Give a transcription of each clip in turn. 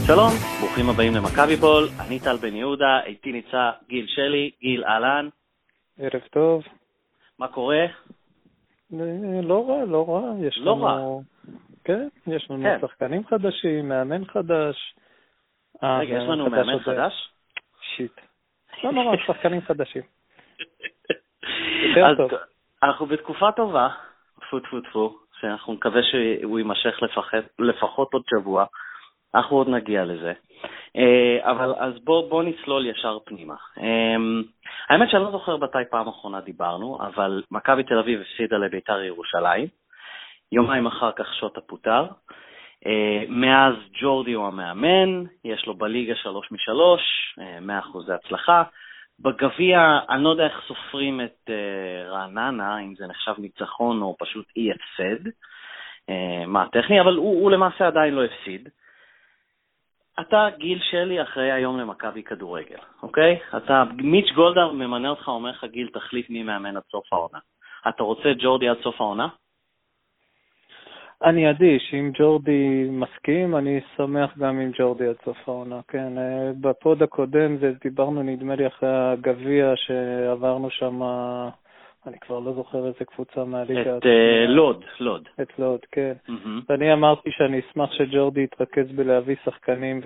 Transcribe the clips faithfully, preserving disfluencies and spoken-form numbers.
שלום, ברוכים הבאים למכבי פול, אני טל בן יהודה, איתי נמצא גיל שלי, גיל אהלן. ערב טוב. מה קורה? לא רע, לא רע. יש לא לנו... רע. כן, יש לנו כן. שחקנים חדשים, מאמן חדש. רגע, יש לנו מאמן חדש? שיט. לא נורא, שחקנים חדשים. אז אנחנו בתקופה טובה, טפו טפו טפו, שאנחנו מקווה שהוא יימשך לפחות עוד שבוע. אנחנו עוד נגיע לזה. אבל אז בוא, בוא נצלול ישר פנימה. האמת שאני לא זוכר מתי פעם אחרונה דיברנו, אבל מכבי תל אביב הפסידה לביתר ירושלים. יומיים אחר כך שוטה פוטר. מאז ג'ורדי הוא המאמן, יש לו בליגה שלוש משלוש, מאה אחוז הצלחה. בגביע, אני לא יודע איך סופרים את רעננה, אם זה נחשב ניצחון או פשוט אי הפסד. מה הטכני, אבל הוא, הוא למעשה עדיין לא הפסיד. אתה גיל שלי אחרי היום למכבי כדורגל, אוקיי? אתה, מיץ' גולדהר ממנה אותך, אומר לך גיל, תחליף מי מאמן עד סוף העונה. אתה רוצה ג'ורדי עד סוף העונה? אני אדיש, אם ג'ורדי מסכים, אני שמח גם עם ג'ורדי עד סוף העונה, כן. בפוד הקודם דיברנו, נדמה לי, אחרי הגביע שעברנו שם, אני כבר לא זוכר איזה קבוצה מהליגה. את לוד, לוד. את לוד, כן. ואני אמרתי שאני אשמח שג'ורדי יתרכז בלהביא שחקנים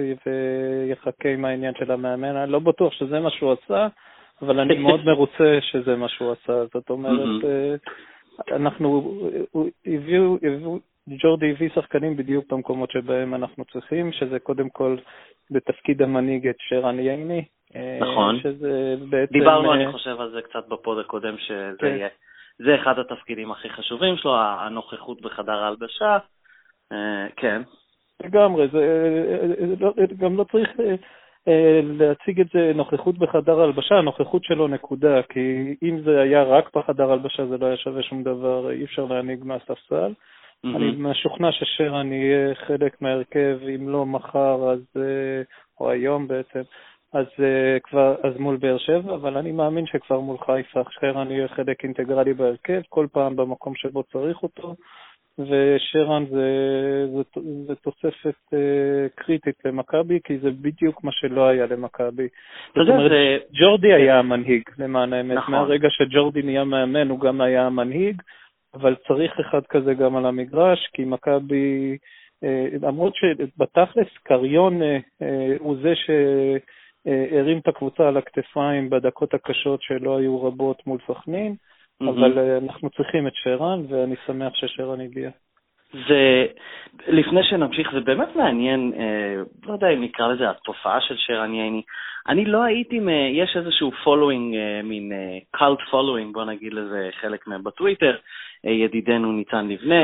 ויחכה עם העניין של המאמן. אני לא בטוח שזה מה שהוא עשה, אבל אני מאוד מרוצה שזה מה שהוא עשה. זאת אומרת, אנחנו, הביאו, ג'ורדי הביא שחקנים בדיוק במקומות שבהם אנחנו צריכים, שזה קודם כל בתפקיד המנהיג את שרן ייני. נכון. בעצם... דיברנו, אני חושב על זה קצת בפוד הקודם, שזה כן. יהיה, זה אחד התפקידים הכי חשובים שלו, הנוכחות בחדר ההלבשה. כן. לגמרי, זה גם לא צריך להציג את זה נוכחות בחדר ההלבשה, הנוכחות שלו נקודה, כי אם זה היה רק בחדר ההלבשה זה לא היה שווה שום דבר, אי אפשר להנהיג מהספסל. Mm-hmm. אני משוכנע ששרן יהיה חלק מהרכב, אם לא מחר, אז, או היום בעצם, אז כבר, אז מול באר שבע, אבל אני מאמין שכבר מול חיפה, שרן יהיה חלק אינטגרלי בהרכב, כל פעם במקום שבו צריך אותו, ושרן זה, זה, זה תוספת uh, קריטית למכבי, כי זה בדיוק מה שלא היה למכבי. זאת אומרת, זה... ג'ורדי היה המנהיג, למען האמת. נכון. מהרגע שג'ורדי נהיה מאמן, הוא גם היה המנהיג, אבל צריך אחד כזה גם על המגרש, כי מכבי, uh, למרות שבתכלס קריון uh, uh, הוא זה שהרים את הקבוצה על הכתפיים בדקות הקשות שלא היו רבות מול סכנין, אבל אנחנו צריכים את שרן, ואני שמח ששרן הגיע. זה, לפני שנמשיך, זה באמת מעניין, לא יודע אם נקרא לזה התופעה של שרן ייני. אני לא הייתי, יש איזשהו following, מין cult following, בוא נגיד לזה חלק מהם בטוויטר, ידידנו ניצן לבנה,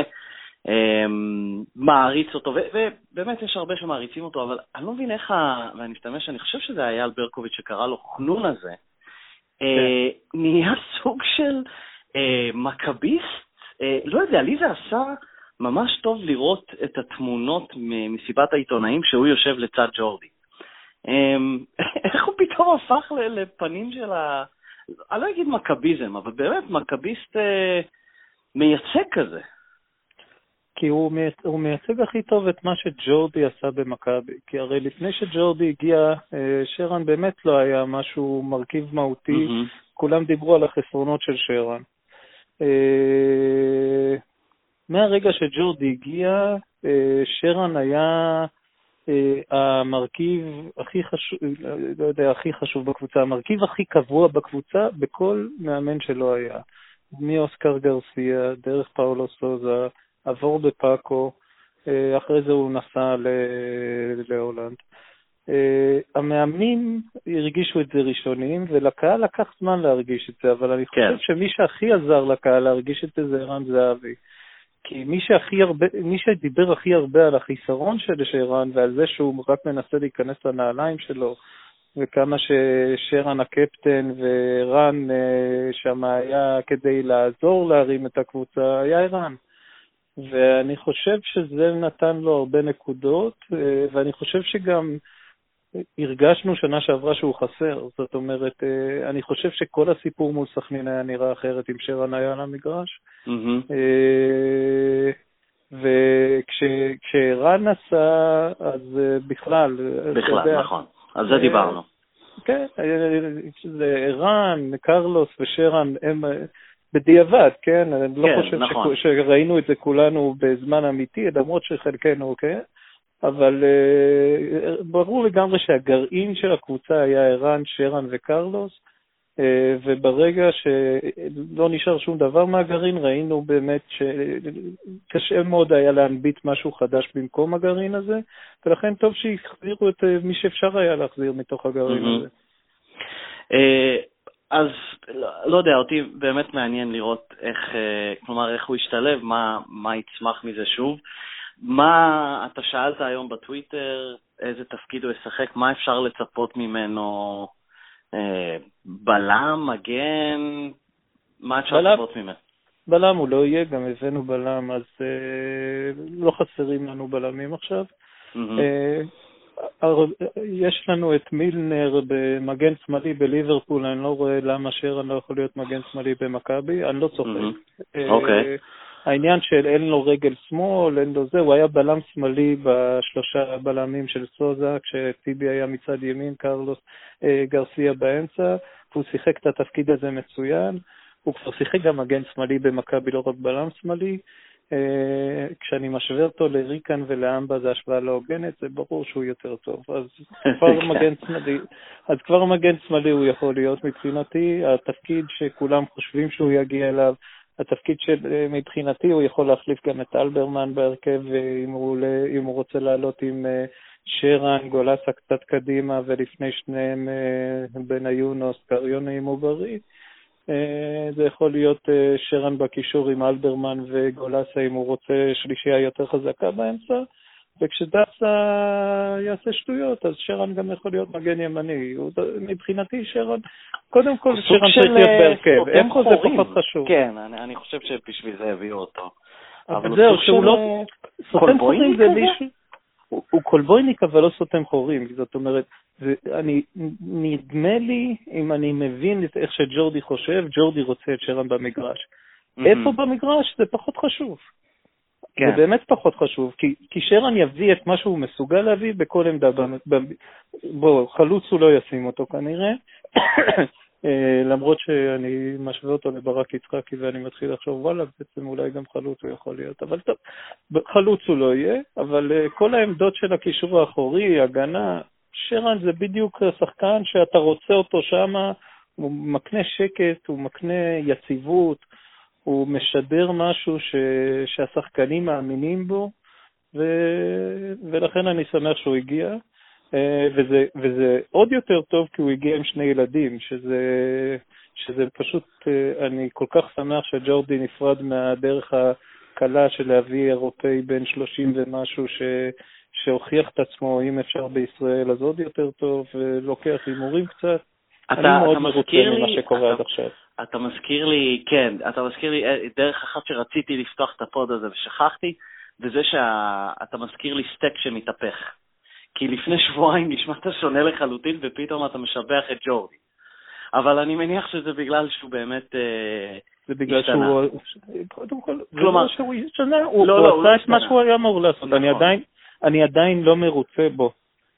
מעריץ אותו, ובאמת יש הרבה שמעריצים אותו, אבל אני לא מבין איך, ואני משתמש, אני חושב שזה היה אייל ברקוביץ' שקרא לו חנון הזה, נהיה סוג של מכביסט, לא יודע, לי זה עשה ממש טוב לראות את התמונות מסיבת העיתונאים שהוא יושב לצד ג'ורדי. איך הוא פתאום הפך לפנים של ה... אני לא אגיד מכביזם, אבל באמת מכביסט מייצג כזה. כי הוא מייצג, הוא מייצג הכי טוב את מה שג'ורדי עשה במכבי. כי הרי לפני שג'ורדי הגיע, שרן באמת לא היה משהו מרכיב מהותי. Mm-hmm. כולם דיברו על החסרונות של שרן. מהרגע שג'ורדי הגיע, שרן היה המרכיב הכי חשוב, לא יודע, הכי חשוב בקבוצה, המרכיב הכי קבוע בקבוצה בכל מאמן שלא היה. מאוסקר גרסיה, דרך פאולו סוזה, עבור בפאקו, אחרי זה הוא נסע להולנד. המאמנים הרגישו את זה ראשונים, ולקהל לקח זמן להרגיש את זה, אבל אני חושב כן. שמי שהכי עזר לקהל להרגיש את זה זה ערן זהבי. כי מי שהכי הרבה, מי שדיבר הכי הרבה על החיסרון של שרן, ועל זה שהוא רק מנסה להיכנס לנעליים שלו, וכמה ששרן הקפטן ורן שם היה כדי לעזור להרים את הקבוצה, היה ערן. ואני חושב שזה נתן לו הרבה נקודות, ואני חושב שגם הרגשנו שנה שעברה שהוא חסר. זאת אומרת, אני חושב שכל הסיפור מול סכנין היה נראה אחרת אם שרן היה על המגרש. Mm-hmm. וכשרן נסע, אז בכלל... בכלל, נכון. על זה דיברנו. כן, זה ערן, קרלוס ושרן, הם בדיעבד, כן? אני לא חושב שראינו את זה כולנו בזמן אמיתי, למרות שחלקנו, כן? אבל ברור לגמרי שהגרעין של הקבוצה היה ערן, שרן וקרלוס, וברגע שלא נשאר שום דבר מהגרעין, ראינו באמת שקשה מאוד היה להנביט משהו חדש במקום הגרעין הזה, ולכן טוב שהחזירו את מי שאפשר היה להחזיר מתוך הגרעין הזה. אז לא יודע, אותי באמת מעניין לראות איך, כלומר, איך הוא ישתלב, מה, מה יצמח מזה שוב. מה אתה שאלת היום בטוויטר, איזה תפקיד הוא ישחק, מה אפשר לצפות ממנו? בלם, מגן, מה אפשר לצפות ממנו? בלם הוא לא יהיה, גם הבאנו בלם, אז לא חסרים לנו בלמים עכשיו. יש לנו את מילנר במגן שמאלי בליברפול, אני לא רואה למה שרן לא יכול להיות מגן שמאלי במכבי, אני לא צוחק. אוקיי. העניין של אין לו רגל שמאל, אין לו זה, הוא היה בלם שמאלי בשלושה בלמים של סוזה, כשטיבי היה מצד ימין, קרלוס גרסיה באמצע, והוא שיחק את התפקיד הזה מצוין, הוא כבר שיחק גם מגן שמאלי במכבי, לא רק בלם שמאלי, כשאני משווה אותו לריקן ולאמבה, זה השוואה לא הוגנת, זה ברור שהוא יותר טוב, אז כבר מגן שמאלי, אז כבר מגן שמאלי הוא יכול להיות מבחינתי, התפקיד שכולם חושבים שהוא יגיע אליו, התפקיד שמבחינתי הוא יכול להחליף גם את אלברמן בהרכב, אם הוא, אם הוא רוצה לעלות עם שרן, גולסה קצת קדימה, ולפני שניהם בניון או סקריון אם הוא בריא. זה יכול להיות שרן בקישור עם אלברמן וגולסה אם הוא רוצה שלישייה יותר חזקה באמצע, וכשדסה יעשה שטויות, אז שרן גם יכול להיות מגן ימני. מבחינתי שרן, קודם כל שרן צריך להיות בהרכב. איפה זה פחות חשוב? כן, אני, אני חושב שבשביל זה הביאו אותו. אבל זהו, שהוא לא... סותם חורים זה מישהו... הוא קולבויניק, אבל לא סותם חורים. זאת אומרת, אני, נדמה לי, אם אני מבין את איך שג'ורדי חושב, ג'ורדי רוצה את שרן במגרש. איפה במגרש? זה פחות חשוב. כן. זה באמת פחות חשוב, כי, כי שרן יביא את מה שהוא מסוגל להביא בכל עמדה. בוא, חלוץ הוא לא ישים אותו כנראה, למרות שאני משווה אותו לברק יצחקי ואני מתחיל לחשוב, וואלה, בעצם אולי גם חלוץ הוא יכול להיות. אבל טוב, חלוץ הוא לא יהיה, אבל כל העמדות של הקישור האחורי, הגנה, שרן זה בדיוק השחקן שאתה רוצה אותו שמה, הוא מקנה שקט, הוא מקנה יציבות, הוא משדר משהו ש... שהשחקנים מאמינים בו, ו... ולכן אני שמח שהוא הגיע, וזה, וזה עוד יותר טוב כי הוא הגיע עם שני ילדים, שזה, שזה פשוט, אני כל כך שמח שג'ורדי נפרד מהדרך הקלה של להביא אירופאי בן שלושים ומשהו ש... שהוכיח את עצמו, אם אפשר בישראל, אז עוד יותר טוב, ולוקח הימורים קצת. אתה, אני מאוד אתה מרוצה ממה שקורה עד עכשיו. אתה מזכיר לי, כן, אתה מזכיר לי דרך אחת שרציתי לפתוח את הפוד הזה ושכחתי, וזה שאתה מזכיר לי סטייק שמתהפך. כי לפני שבועיים נשמעת שונה לחלוטין, ופתאום אתה משבח את ג'ורדי. אבל אני מניח שזה בגלל שהוא באמת זה בגלל שהוא, קודם כל, כלומר, שהוא השתנה, הוא עשה את מה שהוא היה אמור לעשות. אני עדיין, אני עדיין לא מרוצה בו.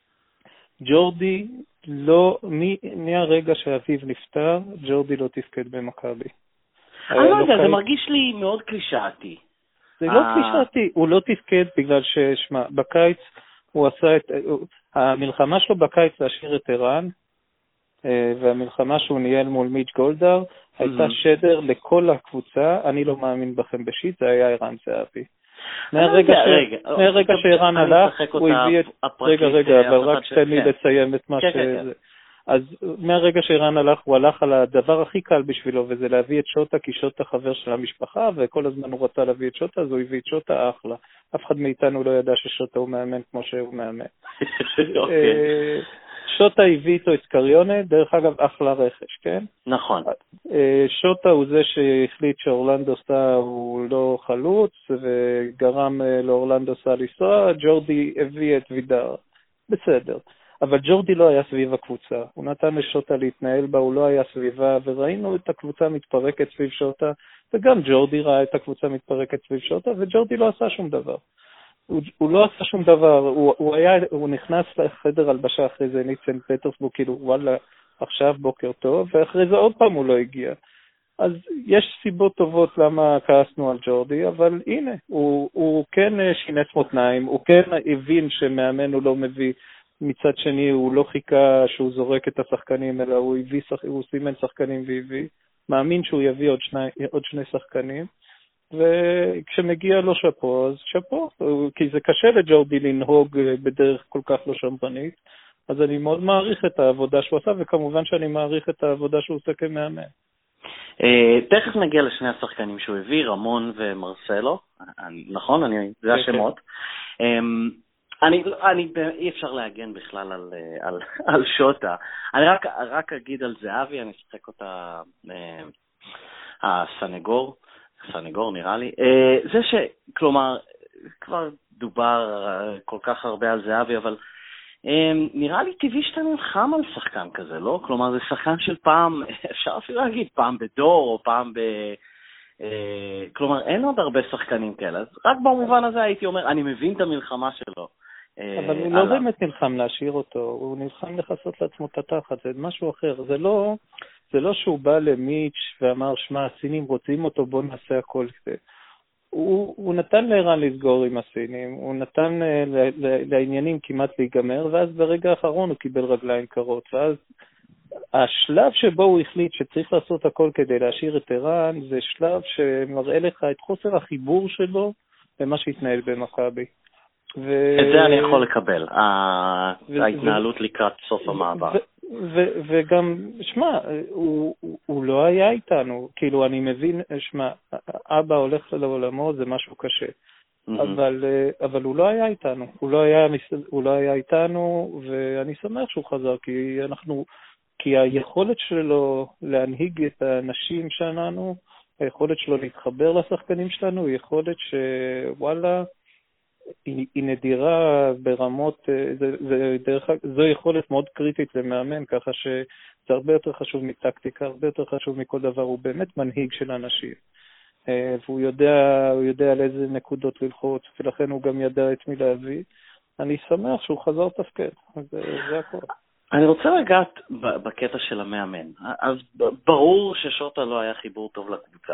ג'ורדי לא, מהרגע שאביו נפטר, ג'ורדי לא תפקד במכבי. אני לא יודע, זה מרגיש לי מאוד קלישאתי. זה לא קלישאתי, הוא לא תפקד בגלל ששמע, בקיץ הוא עשה את, המלחמה שלו בקיץ להשאיר את ערן, והמלחמה שהוא ניהל מול מיץ' גולדהר, הייתה שדר לכל הקבוצה, אני לא מאמין בכם בשיט, זה היה ערן זהבי. מהרגע שערן הלך, הוא הביא את... רגע, רגע, אבל רק תן לי לציין את מה שזה. אז מהרגע שערן הלך, הוא הלך על הדבר הכי קל בשבילו, וזה להביא את שוטה, כי שוטה חבר של המשפחה, וכל הזמן הוא רצה להביא את שוטה, אז הוא הביא את שוטה אחלה. אף אחד מאיתנו לא ידע ששוטה הוא מאמן כמו שהוא מאמן. שוטה הביא איתו את סקריונה, דרך אגב אחלה רכש, כן? נכון. שוטה הוא זה שהחליט שאורלנדו סא הוא לא חלוץ, וגרם לאורלנדו סא לנסוע, ג'ורדי הביא את וידר. בסדר. אבל ג'ורדי לא היה סביב הקבוצה, הוא נתן לשוטה להתנהל בה, הוא לא היה סביבה, וראינו את הקבוצה מתפרקת סביב שוטה, וגם ג'ורדי ראה את הקבוצה מתפרקת סביב שוטה, וג'ורדי לא עשה שום דבר. הוא, הוא לא עשה שום דבר, הוא, הוא, היה, הוא נכנס לחדר הלבשה אחרי זה, ניצן פטרסבורג, כאילו וואלה, עכשיו בוקר טוב, ואחרי זה עוד פעם הוא לא הגיע. אז יש סיבות טובות למה כעסנו על ג'ורדי, אבל הנה, הוא, הוא כן שינץ מותניים, הוא כן הבין שמאמן הוא לא מביא, מצד שני הוא לא חיכה שהוא זורק את השחקנים, אלא הוא, הביא, הוא סימן שחקנים והביא, מאמין שהוא יביא עוד שני, עוד שני שחקנים, וכשמגיע לו שפו, אז שפו, כי זה קשה לג'ורדי לנהוג בדרך כל כך לא שמרנית, אז אני מאוד מעריך את העבודה שהוא עשה, וכמובן שאני מעריך את העבודה שהוא עושה כמאמן. תכף נגיע לשני השחקנים שהוא הביא, רמון ומרסלו, נכון? אני, זה השמות. אני, אני, אי אפשר להגן בכלל על, על, על שוטה. אני רק, רק אגיד על זהבי, אני אשחק אותה הסנגור, סנגור נראה לי. זה שכלומר, כבר דובר כל כך הרבה על זהבי, אבל נראה לי טבעי שאתה נלחם על שחקן כזה, לא? כלומר, זה שחקן של פעם, אפשר אפילו להגיד, פעם בדור או פעם ב... כלומר, אין עוד הרבה שחקנים כאלה. אז רק במובן הזה הייתי אומר, אני מבין את המלחמה שלו. אבל הוא לא באמת נלחם להשאיר אותו, הוא נלחם לחסות לעצמו את התחת, זה משהו אחר. זה לא, זה לא שהוא בא למיץ' ואמר, שמע, הסינים רוצים אותו, בוא נעשה הכל כזה. הוא, הוא נתן לערן לסגור עם הסינים, הוא נתן ל, ל, לעניינים כמעט להיגמר, ואז ברגע האחרון הוא קיבל רגליים קרות, ואז השלב שבו הוא החליט שצריך לעשות הכל כדי להשאיר את ערן, זה שלב שמראה לך את חוסר החיבור שלו למה שהתנהל במכבי. ו... את זה אני יכול לקבל, ו... ההתנהלות ו... לקראת סוף המעבר. ו... ו- וגם, שמה, הוא, הוא, הוא לא היה איתנו, כאילו אני מבין, שמה, אבא הולך לעולמו, זה משהו קשה, mm-hmm. אבל, אבל הוא לא היה איתנו, הוא לא היה, הוא לא היה איתנו, ואני שמח שהוא חזר, כי אנחנו, כי היכולת שלו להנהיג את האנשים שלנו, היכולת שלו להתחבר לשחקנים שלנו, היא יכולת שוואלה, היא, היא נדירה ברמות, זה, זה דרך, זו יכולת מאוד קריטית למאמן, ככה שזה הרבה יותר חשוב מטקטיקה, הרבה יותר חשוב מכל דבר, הוא באמת מנהיג של אנשים. והוא יודע, הוא יודע על איזה נקודות ללחוץ, ולכן הוא גם ידע את מי להביא. אני שמח שהוא חזר תפקד, זה, זה הכל. אני רוצה לגעת בקטע של המאמן. אז ברור ששוטה לא היה חיבור טוב לקבוצה.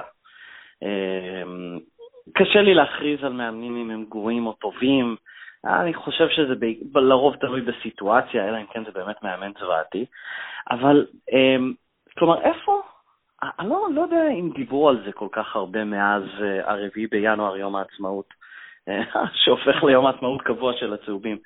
קשה לי להכריז על מאמנים אם הם גרועים או טובים. אני חושב שזה ב... לרוב תלוי בסיטואציה, אלא אם כן זה באמת מאמן זוועתי. אבל, כלומר, איפה? אני לא, לא יודע אם דיברו על זה כל כך הרבה מאז הרביעי בינואר, יום העצמאות, שהופך ליום העצמאות קבוע של הצהובים.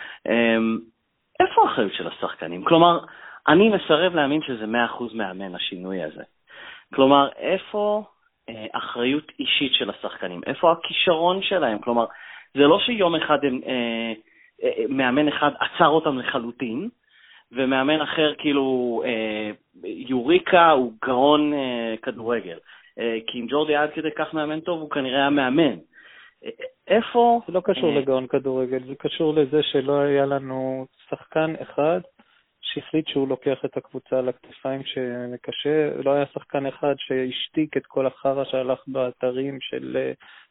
איפה האחריות של השחקנים? כלומר, אני מסרב להאמין שזה מאה אחוז מאמן השינוי הזה. כלומר, איפה אחריות אישית של השחקנים? איפה הכישרון שלהם? כלומר, זה לא שיום אחד הם, אה, אה, מאמן אחד עצר אותם לחלוטין, ומאמן אחר כאילו אה, יוריקה הוא גאון אה, כדורגל. אה, כי אם ג'ורדי עד כדי כך מאמן טוב, הוא כנראה היה מאמן. אה, איפה? זה לא קשור אה... לגאון כדורגל, זה קשור לזה שלא היה לנו שחקן אחד, שהחליט שהוא לוקח את הקבוצה על הכתפיים שמקשה, לא היה שחקן אחד שהשתיק את כל החרא שהלך באתרים של,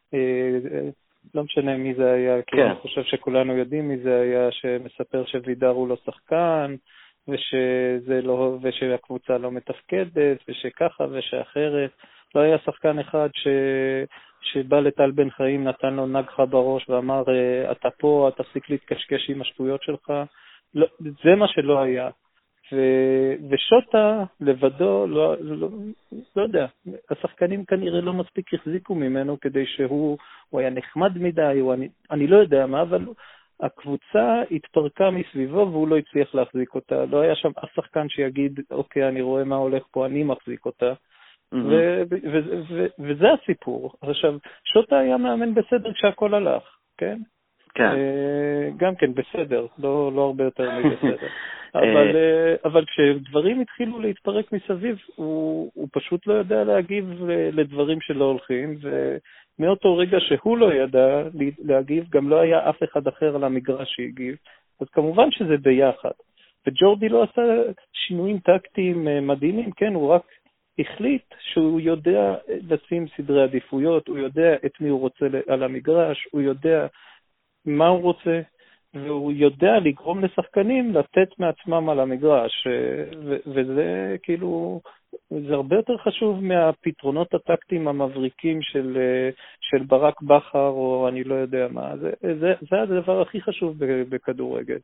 לא משנה מי זה היה, כי אני חושב שכולנו יודעים מי זה היה, שמספר שווידר הוא לא שחקן, ושזה לא, ושהקבוצה לא מתפקדת, ושככה ושאחרת. לא היה שחקן אחד ש... שבא לטל בן חיים, נתן לו נגחה בראש ואמר, אתה פה, תפסיק להתקשקש עם השטויות שלך. לא, זה מה שלא היה. ו, ושוטה לבדו, לא, לא, לא יודע, השחקנים כנראה לא מספיק החזיקו ממנו כדי שהוא הוא היה נחמד מדי, הוא, אני, אני לא יודע מה, אבל הקבוצה התפרקה מסביבו והוא לא הצליח להחזיק אותה. לא היה שם אף שחקן שיגיד, אוקיי, אני רואה מה הולך פה, אני מחזיק אותה. Mm-hmm. ו, ו, ו, ו, וזה הסיפור. עכשיו, שוטה היה מאמן בסדר כשהכל הלך, כן? כן. גם כן בסדר, לא, לא הרבה יותר מבסדר. אבל, אבל כשדברים התחילו להתפרק מסביב, הוא, הוא פשוט לא יודע להגיב לדברים שלא הולכים, ומאותו רגע שהוא לא ידע להגיב, גם לא היה אף אחד אחר על המגרש שהגיב, אז כמובן שזה ביחד. וג'ורדי לא עשה שינויים טקטיים מדהימים, כן, הוא רק החליט שהוא יודע לשים סדרי עדיפויות, הוא יודע את מי הוא רוצה על המגרש, הוא יודע מה הוא רוצה, והוא יודע לגרום לשחקנים לתת מעצמם על המגרש, ו- וזה כאילו, זה הרבה יותר חשוב מהפתרונות הטקטיים המבריקים של, של ברק בכר, או אני לא יודע מה, זה, זה, זה הדבר הכי חשוב בכדורגל.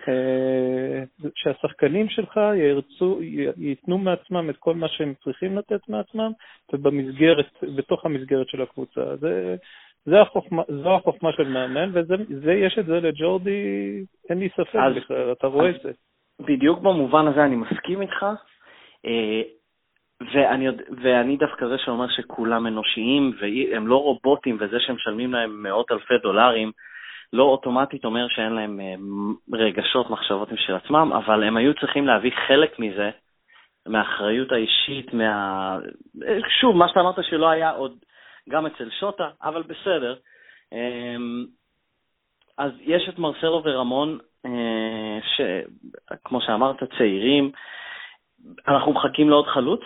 שהשחקנים שלך ירצו, ייתנו מעצמם את כל מה שהם צריכים לתת מעצמם, ובמסגרת, בתוך המסגרת של הקבוצה. זה, זה החוכמה, זו החוכמה של מאמן, וזה, זה, יש את זה לג'ורדי, אין לי ספק אז, בכלל, אתה רואה את זה. בדיוק במובן הזה אני מסכים איתך, ואני, ואני דווקא זה שאומר שכולם אנושיים, והם לא רובוטים, וזה שמשלמים להם מאות אלפי דולרים, לא אוטומטית אומר שאין להם רגשות, מחשבות משל עצמם, אבל הם היו צריכים להביא חלק מזה, מהאחריות האישית, מה... שוב, מה שאתה אמרת שלא היה עוד גם אצל שוטה, אבל בסדר. אז יש את מרסלו ורמון, שכמו שאמרת, צעירים, אנחנו מחכים לעוד חלוץ?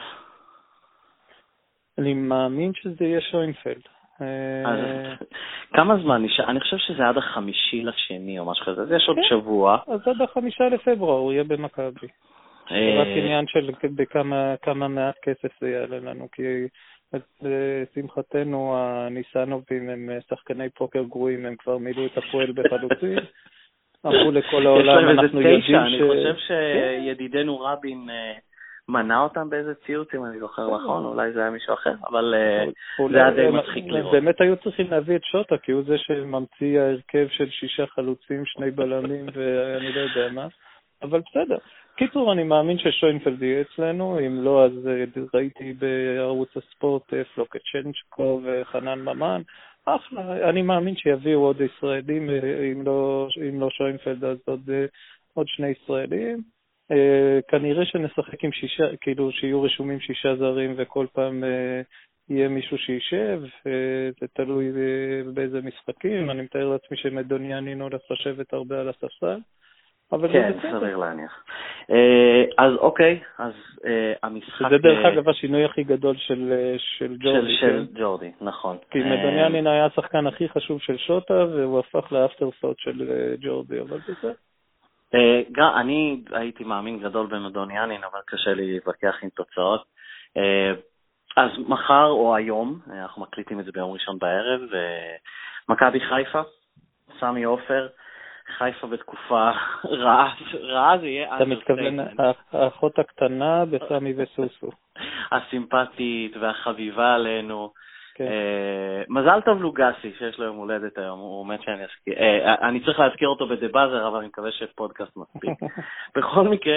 אני מאמין שזה יהיה שוינפלד. אז כמה זמן נשאר? אני חושב שזה עד החמישי לשני או משהו כזה, אז יש עוד שבוע. אז עד החמישה לפברואר הוא יהיה במכבי. זה רק עניין של בכמה מעט כסף זה יעלה לנו, כי לשמחתנו הניסנובים הם שחקני פוקר גרועים, הם כבר מילאו את הפועל בחלוצים, אמרו לכל העולם, אנחנו יודעים ש... אני חושב שידידנו רבין מנע אותם באיזה ציוץ, אם אני זוכר נכון, אולי זה היה מישהו אחר, אבל זה היה די מצחיק לראות. באמת היו צריכים להביא את שוטה, כי הוא זה שממציא ההרכב של שישה חלוצים, שני בלמים ואני לא יודע מה, אבל בסדר. קיצור, אני מאמין ששוינפלד יהיה אצלנו, אם לא, אז ראיתי בערוץ הספורט פלוקצ'נצ'קו וחנן ממן, אחלה, אני מאמין שיביאו עוד ישראלים, אם לא, אם לא שוינפלד, אז עוד, עוד שני ישראלים. כנראה שנשחק עם שישה, כאילו שיהיו רשומים שישה זרים וכל פעם יהיה מישהו שישב, זה תלוי באיזה משחקים, אני מתאר לעצמי שמדוניאנין הולך לשבת הרבה על הספסל. כן, סביר להניח. אז אוקיי, אז המשחק... זה דרך אגב השינוי הכי גדול של ג'ורדי. של ג'ורדי, נכון. כי מדוניאנין היה השחקן הכי חשוב של שוטה, והוא הפך לאפטרסוט של ג'ורדי, אבל זה... אני הייתי מאמין גדול במדוניאנין, אבל קשה לי להתווכח עם תוצאות. אז מחר או היום, אנחנו מקליטים את זה ביום ראשון בערב, מכבי חיפה, סמי עופר, חיפה בתקופה רעה, רעה זה יהיה... אתה מתכוון, האחות הקטנה בסמי וסוסו. הסימפטית והחביבה עלינו. מזל טוב לוגסי, שיש לו יום הולדת היום, הוא מת שאני אזכיר. אני צריך להזכיר אותו בדבאזר, אבל אני מקווה שפודקאסט מספיק. בכל מקרה,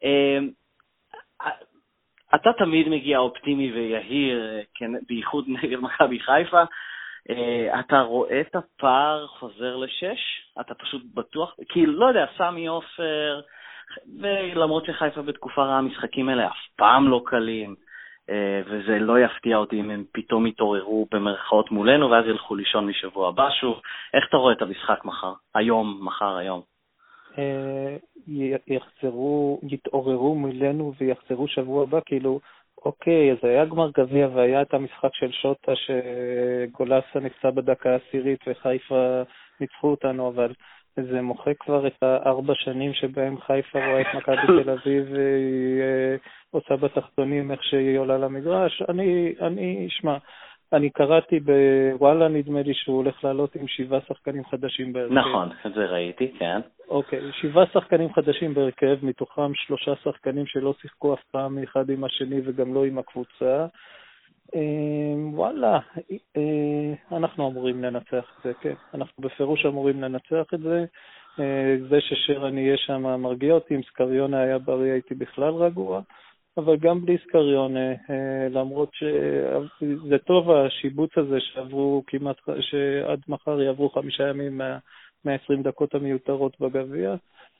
אתה תמיד מגיע אופטימי ויהיר, בייחוד נגד מכבי חיפה, אתה רואה את הפער חוזר לשש? אתה פשוט בטוח? כי לא יודע, סמי עופר, ולמרות שחיפה בתקופה רעה, המשחקים האלה אף פעם לא קלים, וזה לא יפתיע אותי אם הם פתאום יתעוררו במרכאות מולנו, ואז ילכו לישון משבוע הבא שוב. איך אתה רואה את המשחק מחר? היום, מחר, היום. יחזרו, יתעוררו מולנו ויחזרו שבוע הבא, כאילו, אוקיי, אז היה גמר גביע והיה את המשחק של שוטה שגולסה נפצע בדקה העשירית וחיפה ניצחו אותנו, אבל זה מוחק כבר את הארבע שנים שבהם חיפה רואה את מכבי תל אביב והיא עושה בתחתונים איך שהיא עולה למגרש. אני, אני, שמע, אני קראתי בוואלה, נדמה לי שהוא הולך לעלות עם שבעה שחקנים חדשים בהרכב. נכון, את זה ראיתי, כן. אוקיי, שבעה שחקנים חדשים בהרכב, מתוכם שלושה שחקנים שלא שיחקו אף פעם אחד עם השני וגם לא עם הקבוצה. וואלה, אנחנו אמורים לנצח את זה, כן. אנחנו בפירוש אמורים לנצח את זה. זה ששרן יהיה שם מרגיע אותי, אם סקריונה היה בריא הייתי בכלל רגוע. אבל גם בלי סקריונה, למרות שזה טוב השיבוץ הזה שעברו כמעט, שעד מחר יעברו חמישה ימים מה, מה-עשרים דקות המיותרות בגביע.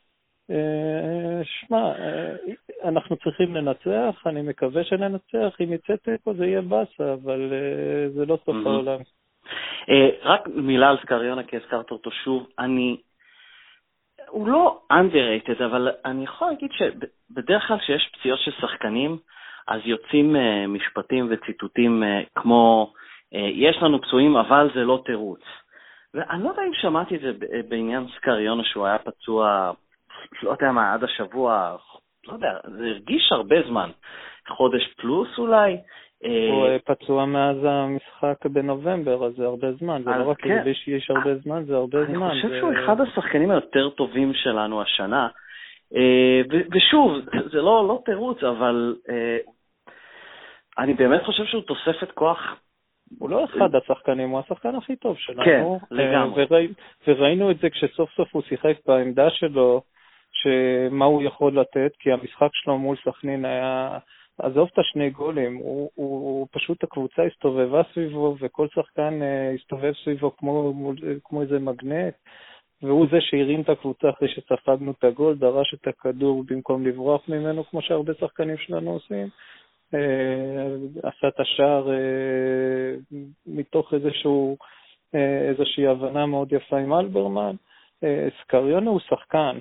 שמע, אנחנו צריכים לנצח, אני מקווה שננצח, אם יצא תיקו זה יהיה בסה, אבל זה לא סוף העולם. רק מילה על סקריונה, כי הזכרת אותו שוב, אני... הוא לא underrated, אבל אני יכול להגיד שבדרך כלל שיש פציעות של שחקנים, אז יוצאים משפטים וציטוטים כמו, יש לנו פצועים, אבל זה לא תירוץ. ואני לא יודע אם שמעתי את זה בעניין סקריונה, שהוא היה פצוע, לא יודע מה, עד השבוע, לא יודע, זה הרגיש הרבה זמן, חודש פלוס אולי. הוא פצוע מאז המשחק בנובמבר, אז זה הרבה זמן, זה לא רק כדי שיש הרבה זמן, זה הרבה זמן. אני חושב שהוא אחד השחקנים היותר טובים שלנו השנה, ושוב, זה לא תירוץ, אבל אני באמת חושב שהוא תוספת כוח. הוא לא אחד השחקנים, הוא השחקן הכי טוב שלנו. כן, לגמרי. וראינו את זה כשסוף סוף הוא שיחק בעמדה שלו, שמה הוא יכול לתת, כי המשחק שלו מול סכנין היה, עזוב את השני גולים, הוא, הוא, הוא פשוט הקבוצה הסתובבה סביבו, וכל שחקן הסתובב סביבו כמו, כמו איזה מגנט, והוא זה שהרים את הקבוצה אחרי שספגנו את הגול, דרש את הכדור במקום לברוח ממנו, כמו שהרבה שחקנים שלנו עושים, עשה את השער מתוך איזשהו, איזושהי הבנה מאוד יפה עם אלברמן. סקריונה הוא שחקן,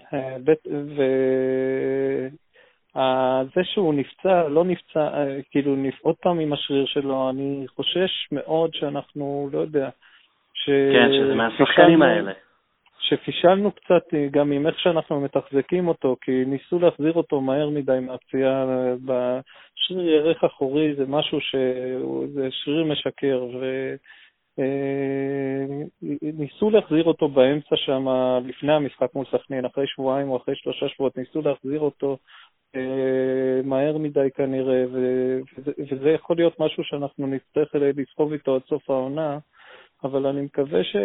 וזה שהוא נפצע, לא נפצע, כאילו עוד פעם עם השריר שלו, אני חושש מאוד שאנחנו, לא יודע, כן, שזה מהשחקנים האלה. שפישלנו קצת גם עם איך שאנחנו מתחזקים אותו, כי ניסו להחזיר אותו מהר מדי מהפציעה בשריר ירך אחורי, זה משהו שזה שריר משקר, וניסו להחזיר אותו באמצע שם לפני המשחק מול סכנין, אחרי שבועיים או אחרי שלושה שבועות, ניסו להחזיר אותו מהר מדי כנראה, וזה יכול להיות משהו שאנחנו נצטרך לסחוב איתו עד סוף העונה, אבל אני מקווה ש...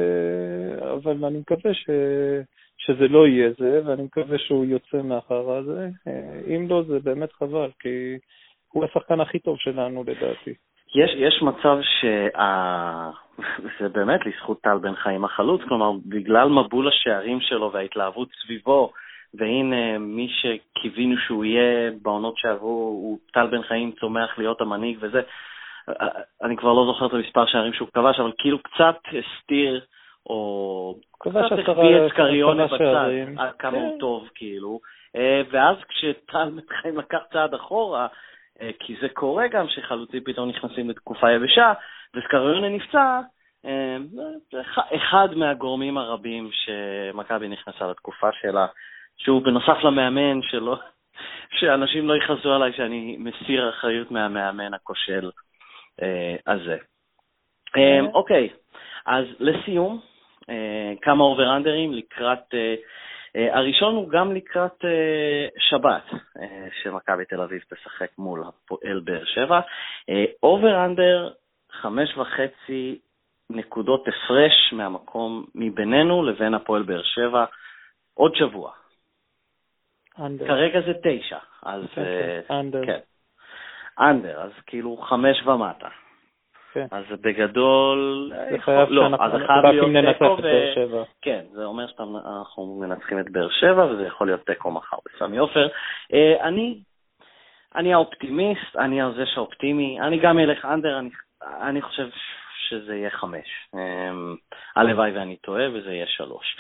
אבל אני מקווה ש... שזה לא יהיה זה, ואני מקווה שהוא יוצא מאחר הזה. אם לא, זה באמת חבל, כי הוא השחקן הכי טוב שלנו, לדעתי. יש, יש מצב שה... זה באמת לזכות טל בן חיים החלוץ, כלומר, בגלל מבול השערים שלו וההתלהבות סביבו, והנה מי שקיווינו שהוא יהיה בעונות שעברו, הוא טל בן חיים צומח להיות המנהיג וזה, אני כבר לא זוכר את המספר שערים שהוא כבש, אבל כאילו קצת הסתיר, או קצת החביא את סקריונה בצד, כמה הוא טוב כאילו, ואז כשטל בן חיים לקח צעד אחורה, כי זה קורה גם שחלוצים פתאום נכנסים לתקופה יבשה, וסקריונה נפצע, זה אחד מהגורמים הרבים שמכבי נכנסה לתקופה שלה, שהוא בנוסף למאמן שלו, שאנשים לא יחזו עליי שאני מסיר אחריות מהמאמן הכושל הזה. אוקיי, אז לסיום, כמה אובר-אנדרים לקראת, הראשון הוא גם לקראת שבת, שמכבי תל אביב תשחק מול הפועל באר שבע. אובר-אנדר חמש וחצי נקודות הפרש מהמקום מבינינו לבין הפועל באר שבע עוד שבוע. אנדר. כרגע זה תשע, אז אנדר. כן. אנדר, אז כאילו חמש ומטה. כן. אז בגדול, זה חייב לא, שאנחנו אז זה חייב להיות ננצח תיקו את באר שבע. כן, זה אומר שאנחנו מנצחים את באר שבע, וזה יכול להיות תיקו מחר בסמי עופר. אני, אני האופטימיסט, אני זה שהאופטימי, אני גם אלך אנדר, אני, אני חושב שזה יהיה חמש. הלוואי ואני טועה, וזה יהיה שלוש.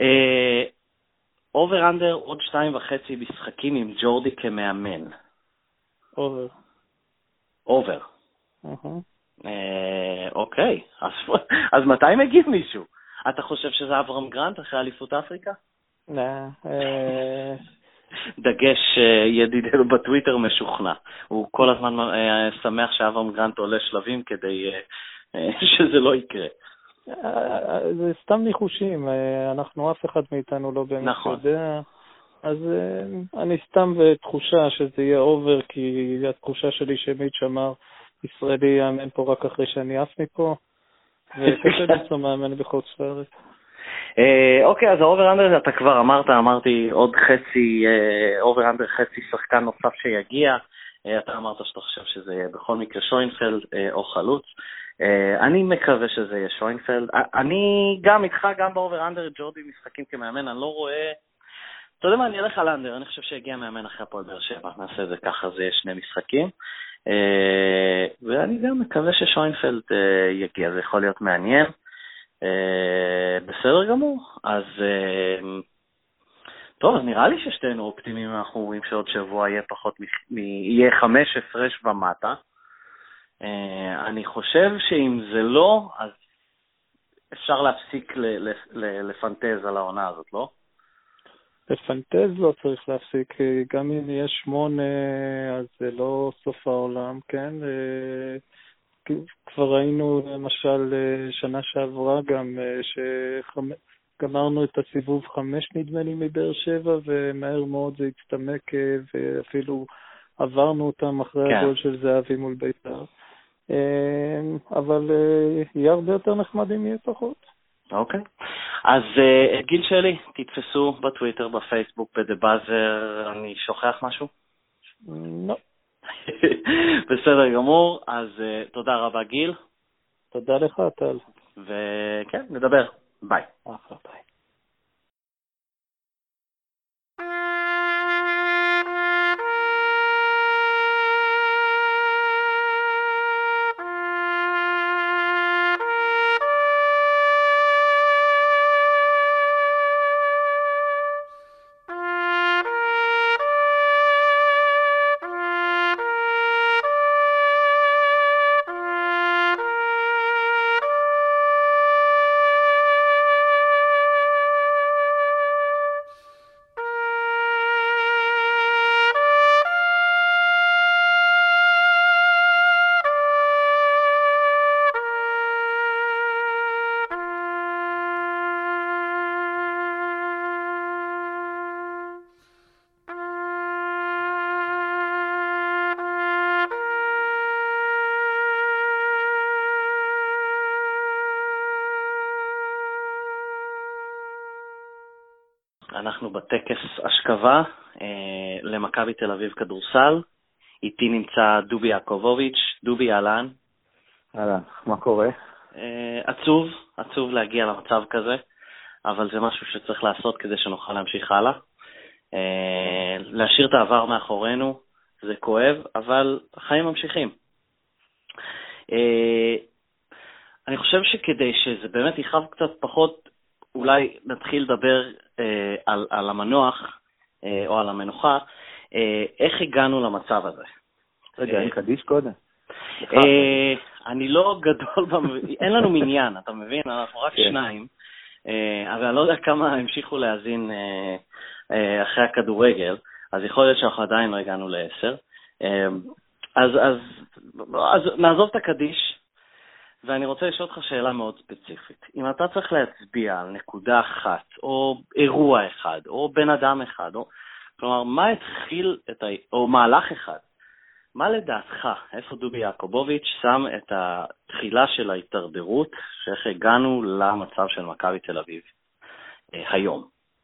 אובר אנדר עוד שתיים וחצי משחקים עם ג'ורדי כמאמן. אובר. אובר. אוקיי, אז מתי מגיב מישהו? אתה חושב שזה אברהם גרנט אחרי אליפות אפריקה? לא. דגש ידידנו בטוויטר משוכנע. הוא כל הזמן שמח שאברהם גרנט עולה שלבים כדי שזה לא יקרה. זה סתם ניחושים, אנחנו אף אחד מאיתנו לא באמת יודע, אז אני סתם בתחושה שזה יהיה אובר, כי התחושה שלי שמיט שמר ישראלי יאמן פה רק אחרי שאני עף מפה, וקשה למצוא מאמן בחוץ לארץ. אוקיי, אז האובר-אנדר אתה כבר אמרת, אמרתי עוד חצי, אובר-אנדר חצי שחקן נוסף שיגיע, אתה אמרת שאתה חושב שזה יהיה בכל מקרה שוינפלד או חלוץ, אני מקווה שזה יהיה שוינפלד, אני גם איתך, גם באובר-אנדר, ג'ורדי משחקים כמאמן, אני לא רואה, אתה יודע מה, אני אלך על אנדר, אני חושב שהגיע מאמן אחרי הפועל באר שבע, נעשה זה ככה, זה יהיה שני משחקים, ואני גם מקווה ששוינפלד יגיע, זה יכול להיות מעניין, בסדר גמור, אז טוב, אז נראה לי ששתינו אופטימיים, אנחנו רואים שעוד שבוע יהיה פחות, מ- יהיה חמש הפרש ומטה. אני חושב שאם זה לא, אז אפשר להפסיק ל- ל- לפנטז על העונה הזאת, לא? לפנטז לא צריך להפסיק, גם אם יש שמונה, אז זה לא סוף העולם, כן? כבר ראינו למשל שנה שעברה גם שגמרנו את הסיבוב חמש נדמה לי מבאר שבע, ומהר מאוד זה הצטמק ואפילו עברנו אותם אחרי כן. הגול של זהבי מול בית"ר. אבל יהיה הרבה יותר נחמד אם יהיה פחות. אוקיי. אז את גיל שלי, תתפסו בטוויטר, בפייסבוק, בדבאזר, אני שוכח משהו? לא. בסדר גמור, אז uh, תודה רבה גיל. תודה לך, טל. וכן, נדבר. ביי. אחלה, ביי. אנחנו בטקס השכבה אה, למכבי תל אביב כדורסל. איתי נמצא דובי יעקובוביץ'. דובי, אהלן. אהלן, מה קורה? אה, עצוב, עצוב להגיע למצב כזה, אבל זה משהו שצריך לעשות כדי שנוכל להמשיך הלאה. אה, להשאיר את העבר מאחורינו, זה כואב, אבל החיים ממשיכים. אה, אני חושב שכדי שזה באמת יחב קצת פחות, אולי נתחיל לדבר אה, על, על המנוח אה, או על המנוחה, אה, איך הגענו למצב הזה. רגע, אני קדיש קודם. אה, אני לא גדול, במב... אין לנו מניין, אתה מבין? אנחנו רק שניים, אה, אבל אני לא יודע כמה המשיכו להזין אה, אה, אחרי הכדורגל, אז יכול להיות שאנחנו עדיין לא הגענו לעשר. אה, אז, אז, אז נעזוב את הקדיש, ואני רוצה לשאול אותך שאלה מאוד ספציפית. אם אתה צריך להצביע על נקודה אחת, או אירוע אחד, או בן אדם אחד, או, כלומר, מה התחיל את ה... או מהלך אחד, מה לדעתך, איפה דובי יעקובוביץ' שם את התחילה של ההתדרדרות, שאיך הגענו למצב של מכבי תל אביב אה, היום?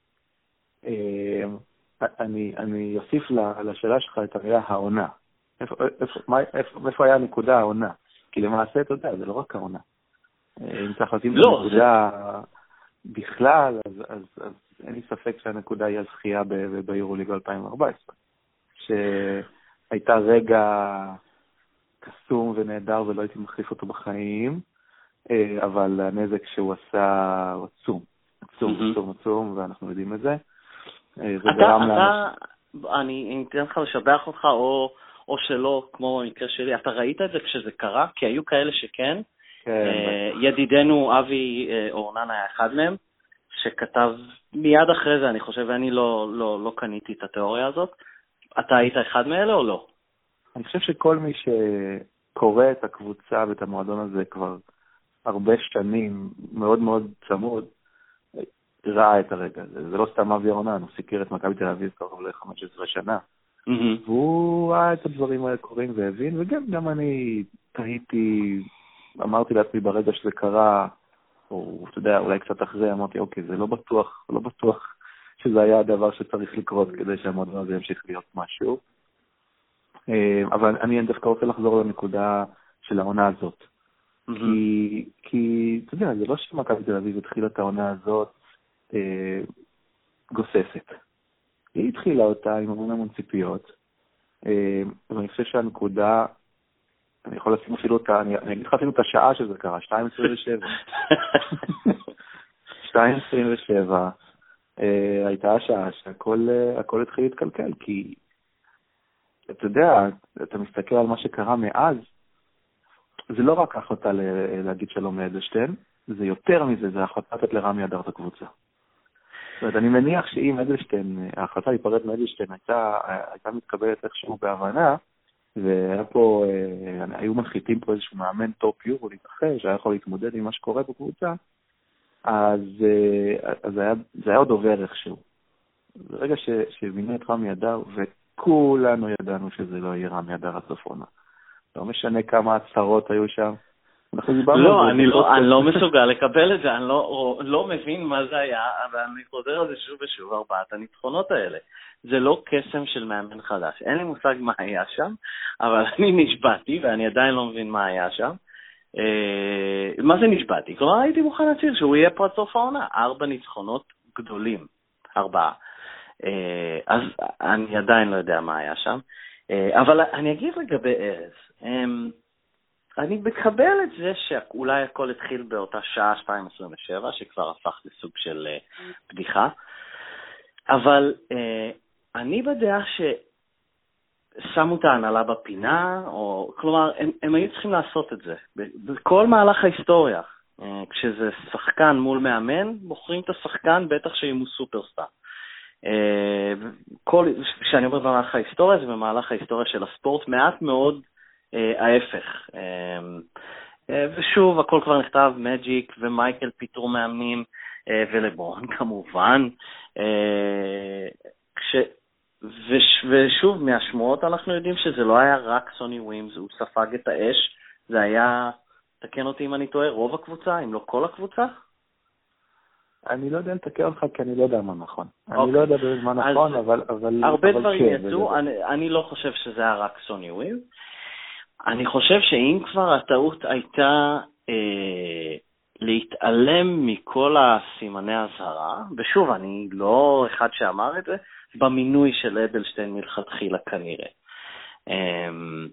אני, אני אוסיף לשאלה שלך את המילה העונה. איפה, איפה, מה, איפה, איפה היה הנקודה העונה? כי למעשה, אתה יודע, זה לא רק העונה. אם צריך להתאים את הנקודה בכלל, אז, אז, אז אין לי ספק שהנקודה היא הזכייה ביורוליג אלפיים וארבע עשרה, שהייתה רגע קסום ונהדר ולא הייתי מחליף אותו בחיים, אבל הנזק שהוא עשה הוא עצום, עצום, עצום, עצום, ואנחנו יודעים את זה. אתה, אתה, אני אתן לך לשבח אותך או... או שלא, כמו במקרה שלי, אתה ראית את זה כשזה קרה? כי היו כאלה שכן. כן. ידידנו אבי אורנן היה אחד מהם, שכתב מיד אחרי זה, אני חושב, ואני לא, לא, לא קניתי את התיאוריה הזאת. אתה היית אחד מאלה או לא? אני חושב שכל מי שקורא את הקבוצה ואת המועדון הזה כבר הרבה שנים, מאוד מאוד צמוד, ראה את הרגע הזה. זה לא סתם אבי אורנן, הוא סיקר את מכבי תל אביב קרוב ל-חמש עשרה שנה. Mm-hmm. והוא ראה את הדברים האלה קורים והבין, וגם גם אני תהיתי, אמרתי לעצמי ברגע שזה קרה, או אתה יודע, אולי קצת אחרי, אמרתי, אוקיי, זה לא בטוח, לא בטוח שזה היה הדבר שצריך לקרות כדי שהמועדון הזה ימשיך להיות משהו. אבל אני דווקא רוצה לחזור לנקודה של העונה הזאת. Mm-hmm. כי, כי, אתה יודע, זה לא שמכבי תל אביב התחילה את העונה הזאת אה, גוססת. היא התחילה אותה עם המון המון ציפיות, ואני חושב שהנקודה, אני יכול לשים אפילו אותה, אני, אני אגיד לך אפילו את השעה שזה קרה, שתיים עשרים ושבע. שתיים עשרים ושבע, הייתה השעה שהכל הכל התחיל להתקלקל, כי אתה יודע, אתה מסתכל על מה שקרה מאז, זה לא רק החלטה להגיד שלום לאדלשטיין, זה יותר מזה, זה החלטה לתת לרמי אדר את הקבוצה. זאת אומרת, אני מניח שאם אדלשטיין, ההחלטה להיפרד מאדלשטיין הייתה, הייתה מתקבלת איכשהו בהבנה, והיה פה, היו מנחיתים פה איזשהו מאמן טופ יורו להתאחר, שהיה יכול להתמודד עם מה שקורה בקבוצה, אז, אז זה, היה, זה היה עוד עובר איכשהו. ברגע שהבינו את רמי אדר, וכולנו ידענו שזה לא יהיה רמי אדר הצפונה. לא משנה כמה הצהרות היו שם. לא, אני לא, אני לא מסוגל לקבל את זה, אני לא, לא מבין מה זה היה, אבל אני חוזר על זה שוב ושוב, ארבעת הניצחונות האלה. זה לא קסם של מאמן חדש. אין לי מושג מה היה שם, אבל אני נשבעתי, ואני עדיין לא מבין מה היה שם. מה זה נשבעתי? כלומר, הייתי מוכן להצהיר שהוא יהיה פה עד סוף העונה. ארבע ניצחונות גדולים. ארבעה. אז אני עדיין לא יודע מה היה שם. אבל אני אגיד לגבי ארז. אני מקבל את זה שאולי הכל התחיל באותה שעה שתיים עשרים ושבע, שכבר הפך לסוג של בדיחה. אבל אני בדעה ששמו את ההנהלה בפינה, או, כלומר, הם, הם היו צריכים לעשות את זה. בכל מהלך ההיסטוריה, כשזה שחקן מול מאמן, בוחרים את השחקן, בטח שאם הוא סופרסטאר. כל, כשאני אומר במהלך ההיסטוריה, זה במהלך ההיסטוריה של הספורט, מעט מאוד ההפך. ושוב, הכל כבר נכתב, מג'יק ומייקל פיטרו מאמנים, ולברון כמובן. כש... וש... ושוב, מהשמועות אנחנו יודעים שזה לא היה רק סוני ווימס, הוא ספג את האש, זה היה, תקן אותי אם אני טועה, רוב הקבוצה, אם לא כל הקבוצה? אני לא יודע לתקן אותך, כי אני לא יודע מה נכון. Okay. אני לא יודע במה נכון, אבל... אבל הרבה אבל דברים כן, יצאו, אני, אני לא חושב שזה היה רק סוני ווימס. אני חושב שאם כבר הטעות הייתה אה, להתעלם מכל הסימני הזהרה, ושוב, אני לא אחד שאמר את זה, במינוי של אדלשטיין מלכתחילה כנראה. אה,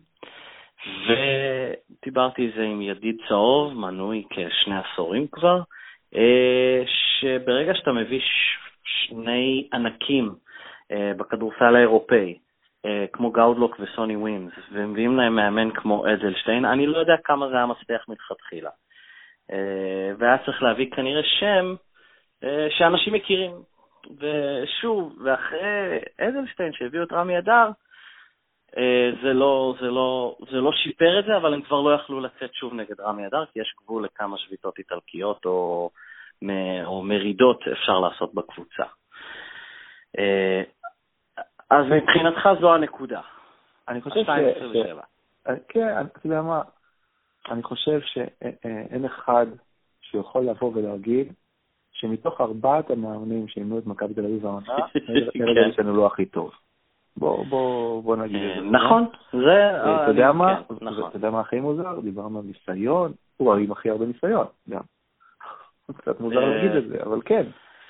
ודיברתי את זה עם ידיד צהוב, מנוי כשני עשורים כבר, אה, שברגע שאתה מביא ש- שני ענקים אה, בכדורסל האירופאי, כמו גאודלוק וסוני ווימס, ומביאים להם מאמן כמו אדלשטיין, אני לא יודע כמה זה היה מצליח מלכתחילה. והיה צריך להביא כנראה שם שאנשים מכירים. ושוב, ואחרי אדלשטיין שהביאו את רמי אדר, זה לא, זה לא, זה לא שיפר את זה, אבל הם כבר לא יכלו לצאת שוב נגד רמי אדר, כי יש גבול לכמה שביתות איטלקיות או, או מרידות אפשר לעשות בקבוצה. אז מבחינתך זו הנקודה. אני חושב ש... כן, אתה יודע מה, אני חושב שאין אחד שיכול לבוא ולהגיד שמתוך ארבעת המאמנים שאימנו את מכבי תל אביב העונה, נראה לנו לא הכי טוב. בוא נגיד את זה. נכון. אתה יודע מה? אתה יודע מה הכי מוזר? דיברנו על ניסיון, הוא עם הכי הרבה ניסיון, גם. קצת מוזר להגיד את זה, אבל כן.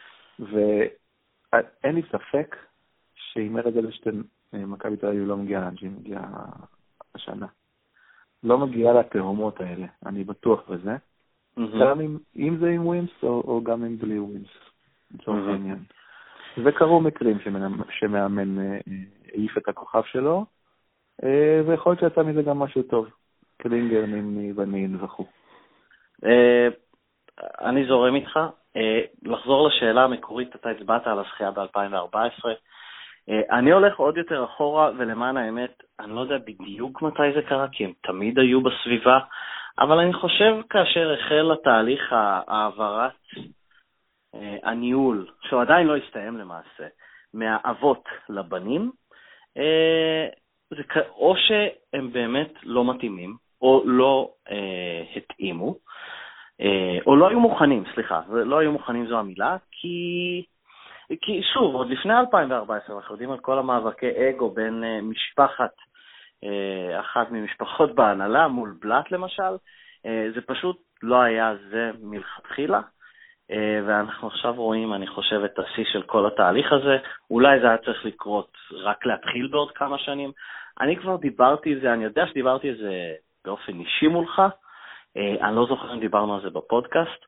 ואין לי ספק שאם ארז אדלשטיין, מכבי תל אביב לא מגיעה לאן שהיא מגיעה השנה. לא מגיעה לתהומות האלה, אני בטוח בזה. גם אם זה עם ווימס או גם עם בלי ווימס, לצורך העניין. וקרו מקרים שמאמן העיף את הכוכב שלו, ויכול להיות שיצא מזה גם משהו טוב. קלינגר, נימני ונין וכו'. אני זורם איתך. לחזור לשאלה המקורית, אתה הצבעת על הזכייה ב-אלפיים וארבע עשרה. אני הולך עוד יותר אחורה, ולמען האמת, אני לא יודע בדיוק מתי זה קרה, כי הם תמיד היו בסביבה, אבל אני חושב כאשר החל התהליך העברת הניהול, שהוא עדיין לא הסתיים למעשה, מהאבות לבנים, זה או שהם באמת לא מתאימים, או לא התאימו, או לא היו מוכנים, סליחה, לא היו מוכנים זו המילה, כי... כי שוב, עוד לפני אלפיים וארבע עשרה, אנחנו יודעים על כל המאבקי אגו בין משפחת, אחת ממשפחות בהנהלה מול בלט למשל, זה פשוט לא היה זה מלכתחילה, ואנחנו עכשיו רואים, אני חושב, את השיא של כל התהליך הזה. אולי זה היה צריך לקרות רק להתחיל בעוד כמה שנים. אני כבר דיברתי על זה, אני יודע שדיברתי על זה באופן אישי מולך, אני לא זוכר אם דיברנו על זה בפודקאסט,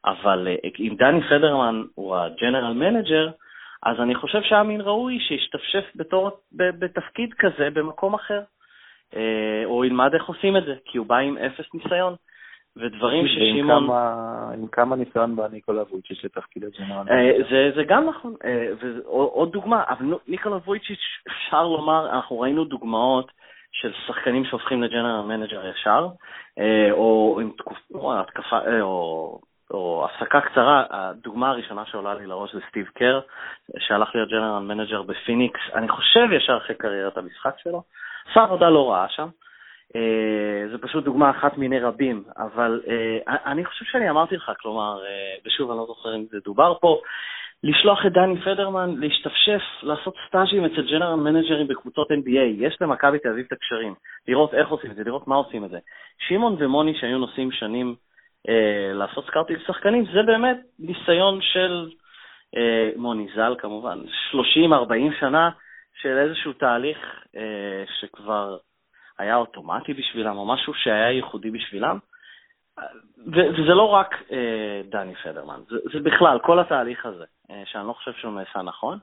אבל אם דני פדרמן הוא הג'נרל מנג'ר, אז אני חושב שהיה מין ראוי שישתפשף בתור, בתפקיד כזה במקום אחר, או ילמד איך עושים את זה, כי הוא בא עם אפס ניסיון, ודברים ששימון... עם כמה ניסיון בא ניקולה וויצ'יץ' לתפקיד הג'נרל? זה גם נכון, ועוד דוגמה, אבל ניקולה וויצ'יץ' אפשר לומר, אנחנו ראינו דוגמאות של שחקנים שהופכים לג'נרל מנג'ר ישר, או עם התקפה, או... או הפסקה קצרה. הדוגמה הראשונה שעולה לי לראש זה סטיב קר, שהלך להיות ג'נרל מנג'ר בפיניקס, אני חושב ישר אחרי קריירת המשחק שלו, עשה עבודה לא רעה שם, זה פשוט דוגמה אחת מיני רבים, אבל אני חושב שאני אמרתי לך, כלומר, ושוב אני לא זוכר אם זה דובר פה, לשלוח את דני פדרמן, להשתפשף, לעשות סטאז'ים אצל ג'נרל מנג'רים בקבוצות אן בי איי, יש למכבי תל אביב את הקשרים, לראות איך עושים את זה, לראות מה עושים את זה. שימון ומוני שהיו נוסעים שנים לעשות סקאוטינג שחקנים, זה באמת ניסיון של מוני זל כמובן, שלושים ארבעים שנה של איזשהו תהליך שכבר היה אוטומטי בשבילם, או משהו שהיה ייחודי בשבילם, וזה לא רק דני פדרמן, זה, זה בכלל, כל התהליך הזה, שאני לא חושב שהוא נעשה נכון.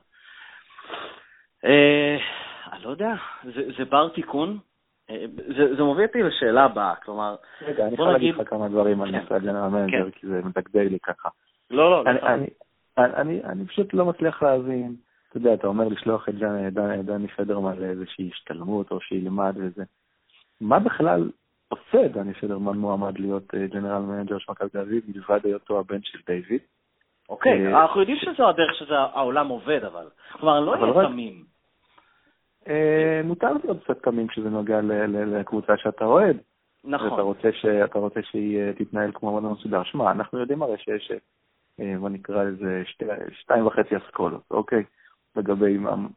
אני לא יודע, זה, זה בר תיקון, זה, זה מוביל אותי לשאלה הבאה, כלומר... רגע, אני יכול להגיד לך כמה דברים על נושא הג'נרל מנג'ר, כי זה מדגדג לי ככה. לא, לא, אני, אני, אני, אני, אני פשוט לא מצליח להבין, אתה יודע, אתה אומר לשלוח את דני פדרמן לאיזושהי השתלמות, או שילמד וזה. מה בכלל עושה דני פדרמן מועמד להיות ג'נרל מנג'ר של מכבי תל אביב, מלבד היותו הבן של דיוויד? אוקיי, אנחנו יודעים שזו הדרך שזה העולם עובד, אבל... כלומר, לא יהיה תמים. מותר להיות קצת תמים כשזה נוגע לקבוצה שאתה אוהד. נכון. ואתה רוצה שהיא תתנהל כמו מועדון מסודר. שמע, אנחנו יודעים הרי שיש, מה נקרא לזה, שתיים וחצי אסכולות, אוקיי? לגבי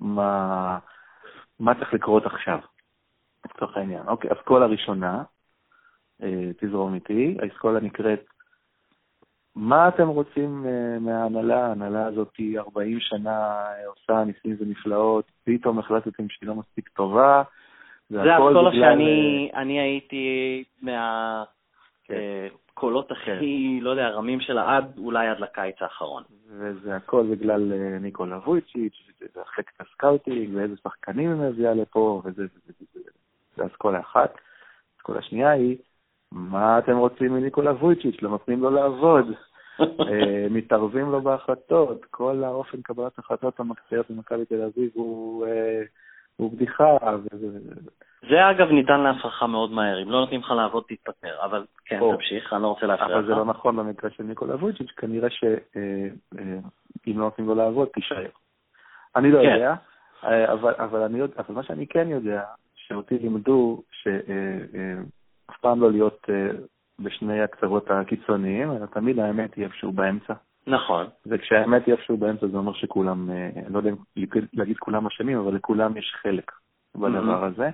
מה צריך לקרות עכשיו. לצורך העניין. אוקיי, אסכולה ראשונה, תזרום איתי, האסכולה נקראת, מה אתם רוצים מההנהלה? ההנהלה הזאת היא ארבעים שנה עושה ניסים ונפלאות, פתאום החלטתם שהיא לא מספיק טובה. זה אסכולה שאני אני הייתי מהקולות הכי, לא יודע, רמים שלה עד אולי עד לקיץ האחרון. וזה הכל בגלל ניקולה וויצ'יץ', זה החלקת הסקאוטינג, ואיזה שחקנים הם מביאה לפה, וזה זה אסכולה אחת. אסכולה שנייה היא, מה אתם רוצים מניקולה וויצ'יץ'? לא נותנים לו לעבוד, מתערבים לו בהחלטות, כל האופן קבלת החלטות המקצועיות במכבי תל אביב הוא בדיחה. זה אגב ניתן להפרחה מאוד מהר, אם לא נותנים לך לעבוד תתפטר, אבל כן, תמשיך, אני לא רוצה להפריע לך. אבל זה לא נכון במקרה של ניקולה וויצ'יץ', כנראה שאם לא נותנים לו לעבוד, תישאר. אני לא יודע, אבל מה שאני כן יודע, שאותי לימדו שאף פעם לא להיות בשני הקצוות הקיצוניים, אלא תמיד האמת היא איפשהו באמצע. נכון. וכשהאמת היא איפשהו באמצע, זה אומר שכולם, לא יודע להגיד כולם אשמים, אבל לכולם יש חלק בדבר הזה.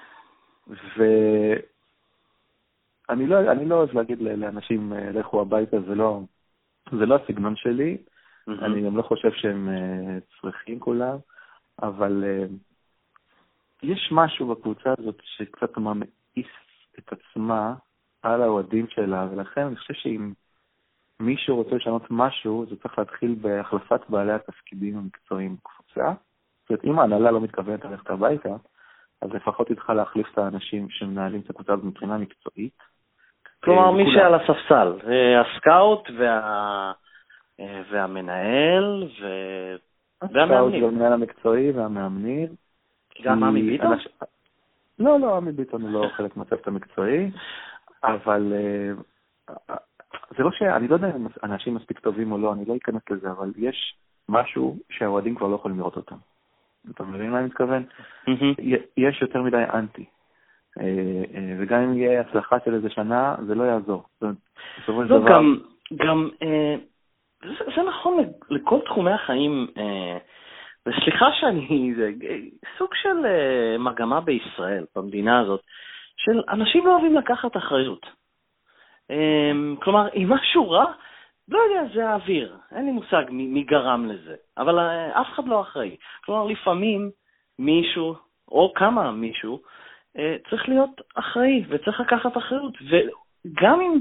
ואני לא, אני לא אוהב להגיד לאנשים, לכו הביתה, זה לא, זה לא הסגנון שלי. אני גם לא חושב שהם צריכים כולם, אבל יש משהו בקבוצה הזאת שקצת ממאיס את עצמה על האוהדים שלה, ולכן אני חושב שאם מישהו רוצה לשנות משהו, זה צריך להתחיל בהחלפת בעלי התפקידים המקצועיים בקבוצה. זאת אומרת, אם ההנהלה לא מתכוונת ללכת הביתה, אז לפחות היא צריכה להחליף את האנשים שמנהלים את הקבוצה הזאת מבחינה מקצועית. כלומר, מי שעל הספסל, הסקאוט וה... והמנהל והמאמנים. והמנהל המקצועי והמאמנים. גם עמי ביטון? לא, לא, עמי ביטון הוא לא חלק מהצוות המקצועי, אבל זה לא שאני לא יודע אם אנשים מספיק טובים או לא, אני לא אכנס לזה, אבל יש משהו שהאוהדים כבר לא יכולים לראות אותם. אתה מבין מה אני מתכוון? יש יותר מדי אנטי. וגם אם יהיה הצלחה של איזה שנה, זה לא יעזור. לא, גם, גם, זה נכון לכל תחומי החיים, וסליחה שאני, זה סוג של מגמה בישראל, במדינה הזאת, של אנשים לא אוהבים לקחת אחריות. כלומר, אם משהו רע, לא יודע, זה האוויר. אין לי מושג מי גרם לזה. אבל אף אחד לא אחראי. כלומר, לפעמים מישהו, או כמה מישהו, צריך להיות אחראי, וצריך לקחת אחריות. וגם אם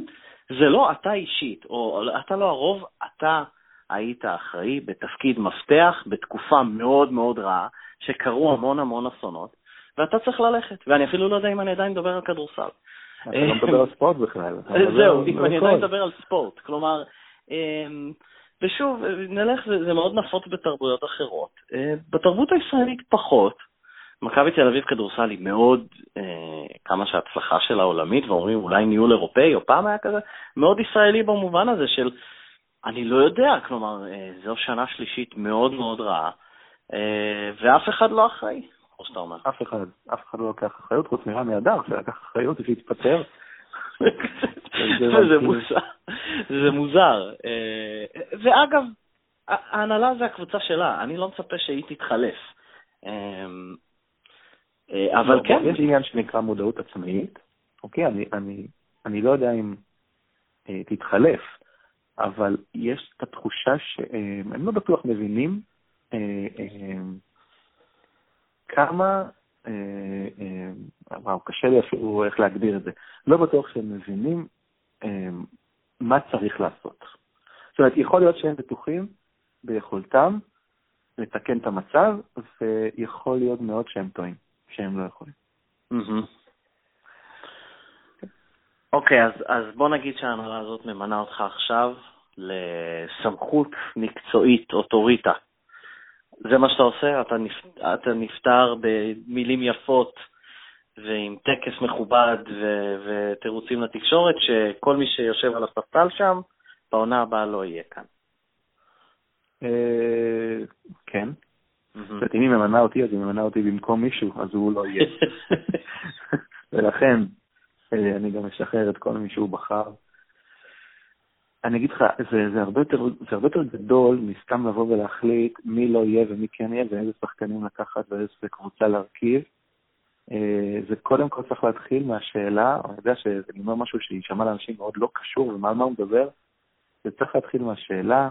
זה לא אתה אישית, או אתה לא הרוב, אתה היית אחראי בתפקיד מפתח, בתקופה מאוד מאוד רעה, שקרו המון המון אסונות, ואתה צריך ללכת, ואני אפילו לא יודע אם אני עדיין מדבר על כדורסל. אתה לא מדבר על ספורט בכלל. זהו, אם אני עדיין מדבר על ספורט, כלומר, ושוב, נלך, זה מאוד נפוץ בתרבויות אחרות. בתרבות הישראלית פחות, מכבי תל אביב כדורסל היא מאוד, כמה שההצלחה שלה עולמית, ואומרים אולי ניהול אירופאי, או פעם היה כזה, מאוד ישראלי במובן הזה של, אני לא יודע, כלומר, זו שנה שלישית מאוד מאוד רעה, ואף אחד לא אחראי, כמו שאתה אומר. אף אחד, אף אחד לא לקח אחריות, חוץ מרמי אדר, שלקח אחריות והתפטר. זה מוזר, זה מוזר. ואגב, ההנהלה זה הקבוצה שלה, אני לא מצפה שהיא תתחלף. אבל כן. יש עניין שנקרא מודעות עצמאית, אוקיי, אני לא יודע אם תתחלף, אבל יש את התחושה שהם לא בטוח מבינים כמה, וואו, קשה לי אפילו איך להגדיר את זה, לא בטוח שהם מבינים מה צריך לעשות. זאת אומרת, יכול להיות שהם בטוחים ביכולתם לתקן את המצב, ויכול להיות מאוד שהם טועים, שהם לא יכולים. אוקיי, אז, אז בוא נגיד שההנהלה הזאת ממנה אותך עכשיו לסמכות מקצועית, אוטוריטה. זה מה שאתה עושה? אתה, נפ... אתה נפטר במילים יפות ועם טקס מכובד ו... ותירוצים לתקשורת, שכל מי שיושב על הספסל שם, בעונה הבאה לא יהיה כאן. כן. זאת אם היא ממנה אותי, אז היא ממנה אותי במקום מישהו, אז הוא לא יהיה. ולכן, אני גם משחרר את כל מי שהוא בחר. אני אגיד לך, זה, זה, הרבה יותר, זה הרבה יותר גדול מסתם לבוא ולהחליט מי לא יהיה ומי כן יהיה, ואיזה שחקנים לקחת ואיזה קבוצה להרכיב. זה קודם כל צריך להתחיל מהשאלה, אני יודע שזה אומר משהו שישמע לאנשים מאוד לא קשור, ומה מה הוא מדבר, זה צריך להתחיל מהשאלה,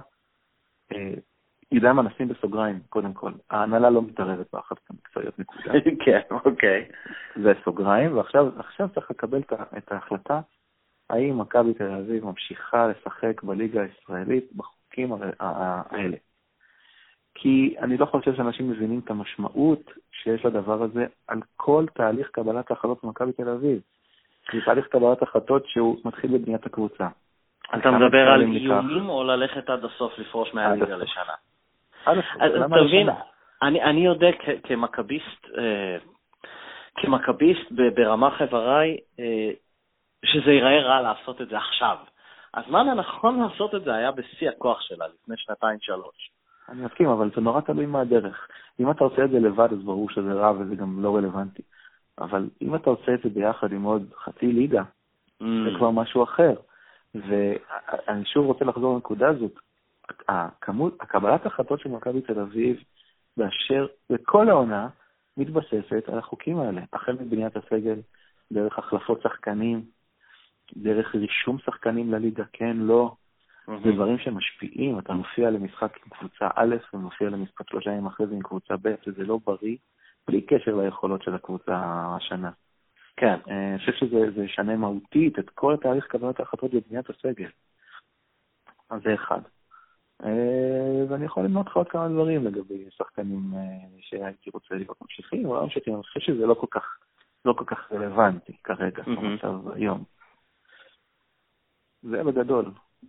יודע מה נשים בסוגריים, קודם כל. ההנהלה לא מתערבת באחת המקצועיות נקודה. כן, אוקיי. זה סוגריים, ועכשיו עכשיו צריך לקבל את ההחלטה, האם מכבי תל אביב ממשיכה לשחק בליגה הישראלית בחוקים האלה. כי אני לא חושב שאנשים מבינים את המשמעות שיש לדבר הזה על כל תהליך קבלת ההחלטות במכבי תל אביב. זה תהליך קבלת החלטות שהוא מתחיל בבניית הקבוצה. אתה מדבר על איומים או ללכת עד הסוף לפרוש מהליגה לשנה? עד הסוף. תבין, אני יודע כמכביסט, כמכביסט ברמה חבריי, שזה ייראה רע לעשות את זה עכשיו. הזמן הנכון לעשות את זה היה בשיא הכוח שלה, לפני שנתיים שלוש. אני מסכים, אבל זה נורא תלוי מה הדרך. אם אתה עושה את זה לבד, אז ברור שזה רע וזה גם לא רלוונטי. אבל אם אתה עושה את זה ביחד עם עוד חצי ליגה, mm. זה כבר משהו אחר. ואני שוב רוצה לחזור לנקודה הזאת. הכמות, הקבלת החלטות של מכבי תל אביב, באשר בכל העונה, מתבססת על החוקים האלה. החל מבניית הסגל, דרך החלפות שחקנים, דרך רישום שחקנים לליגה, כן, לא. זה דברים שמשפיעים, אתה מופיע למשחק עם קבוצה א' ומופיע למשחק שלושה ימים אחרי זה עם קבוצה ב', וזה לא בריא, בלי קשר ליכולות של הקבוצה השנה. כן. אני חושב שזה ישנה מהותית את כל התהליך קבלת ההחלטות בבניית הסגל. אז זה אחד. ואני יכול למנות לך עוד כמה דברים לגבי שחקנים שהייתי רוצה לראות ממשיכים, אבל אני חושב שזה לא כל כך, לא כל כך רלוונטי כרגע, במצב היום. זה בגדול.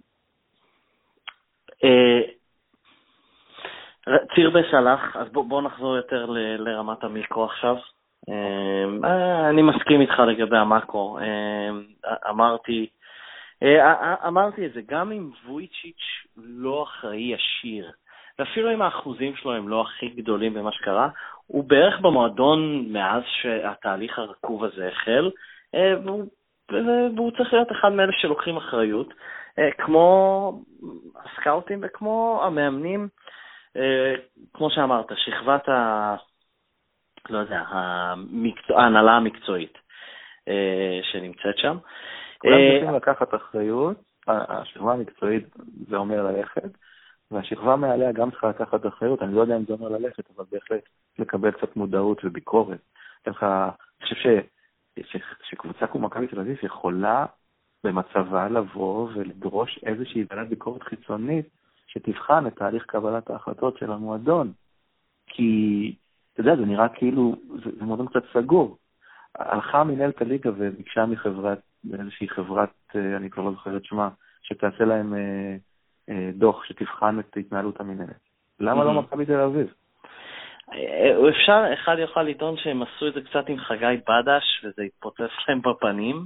ציר בסלח, אז בוא נחזור יותר לרמת המיקרו עכשיו. אני מסכים איתך לגבי המקרו. אמרתי, אמרתי את זה, גם אם וויצ'יץ' לא אחראי ישיר, ואפילו אם האחוזים שלו הם לא הכי גדולים במה שקרה, הוא בערך במועדון מאז שהתהליך הרקוב הזה החל, והוא, והוא צריך להיות אחד מאלה שלוקחים אחריות, כמו הסקאוטים וכמו המאמנים, כמו שאמרת, שכבת ה... לא יודע, המקצוע, ההנהלה המקצועית שנמצאת שם. כולם צריכים לקחת אחריות, השכבה המקצועית זה אומר ללכת, והשכבה מעליה גם צריכה לקחת אחריות, אני לא יודע אם זה אומר ללכת, אבל בהחלט לקבל קצת מודעות וביקורת. אני חושב שקבוצה כמו מכבי תל אביב יכולה במצבה לבוא ולדרוש איזושהי ועדת ביקורת חיצונית שתבחן את תהליך קבלת ההחלטות של המועדון. כי, אתה יודע, זה נראה כאילו, זה, זה מועדון קצת סגור. הלכה מנהלת הליגה וביקשה מחברת, איזושהי חברת, אני כבר לא זוכר את שמה, שתעשה להם אה, אה, דוח שתבחן את התנהלות המנהלת. למה לא מכבי תל אביב? אפשר, אחד יוכל לטעון שהם עשו את זה קצת עם חגי בדש, וזה התפוצץ להם בפנים.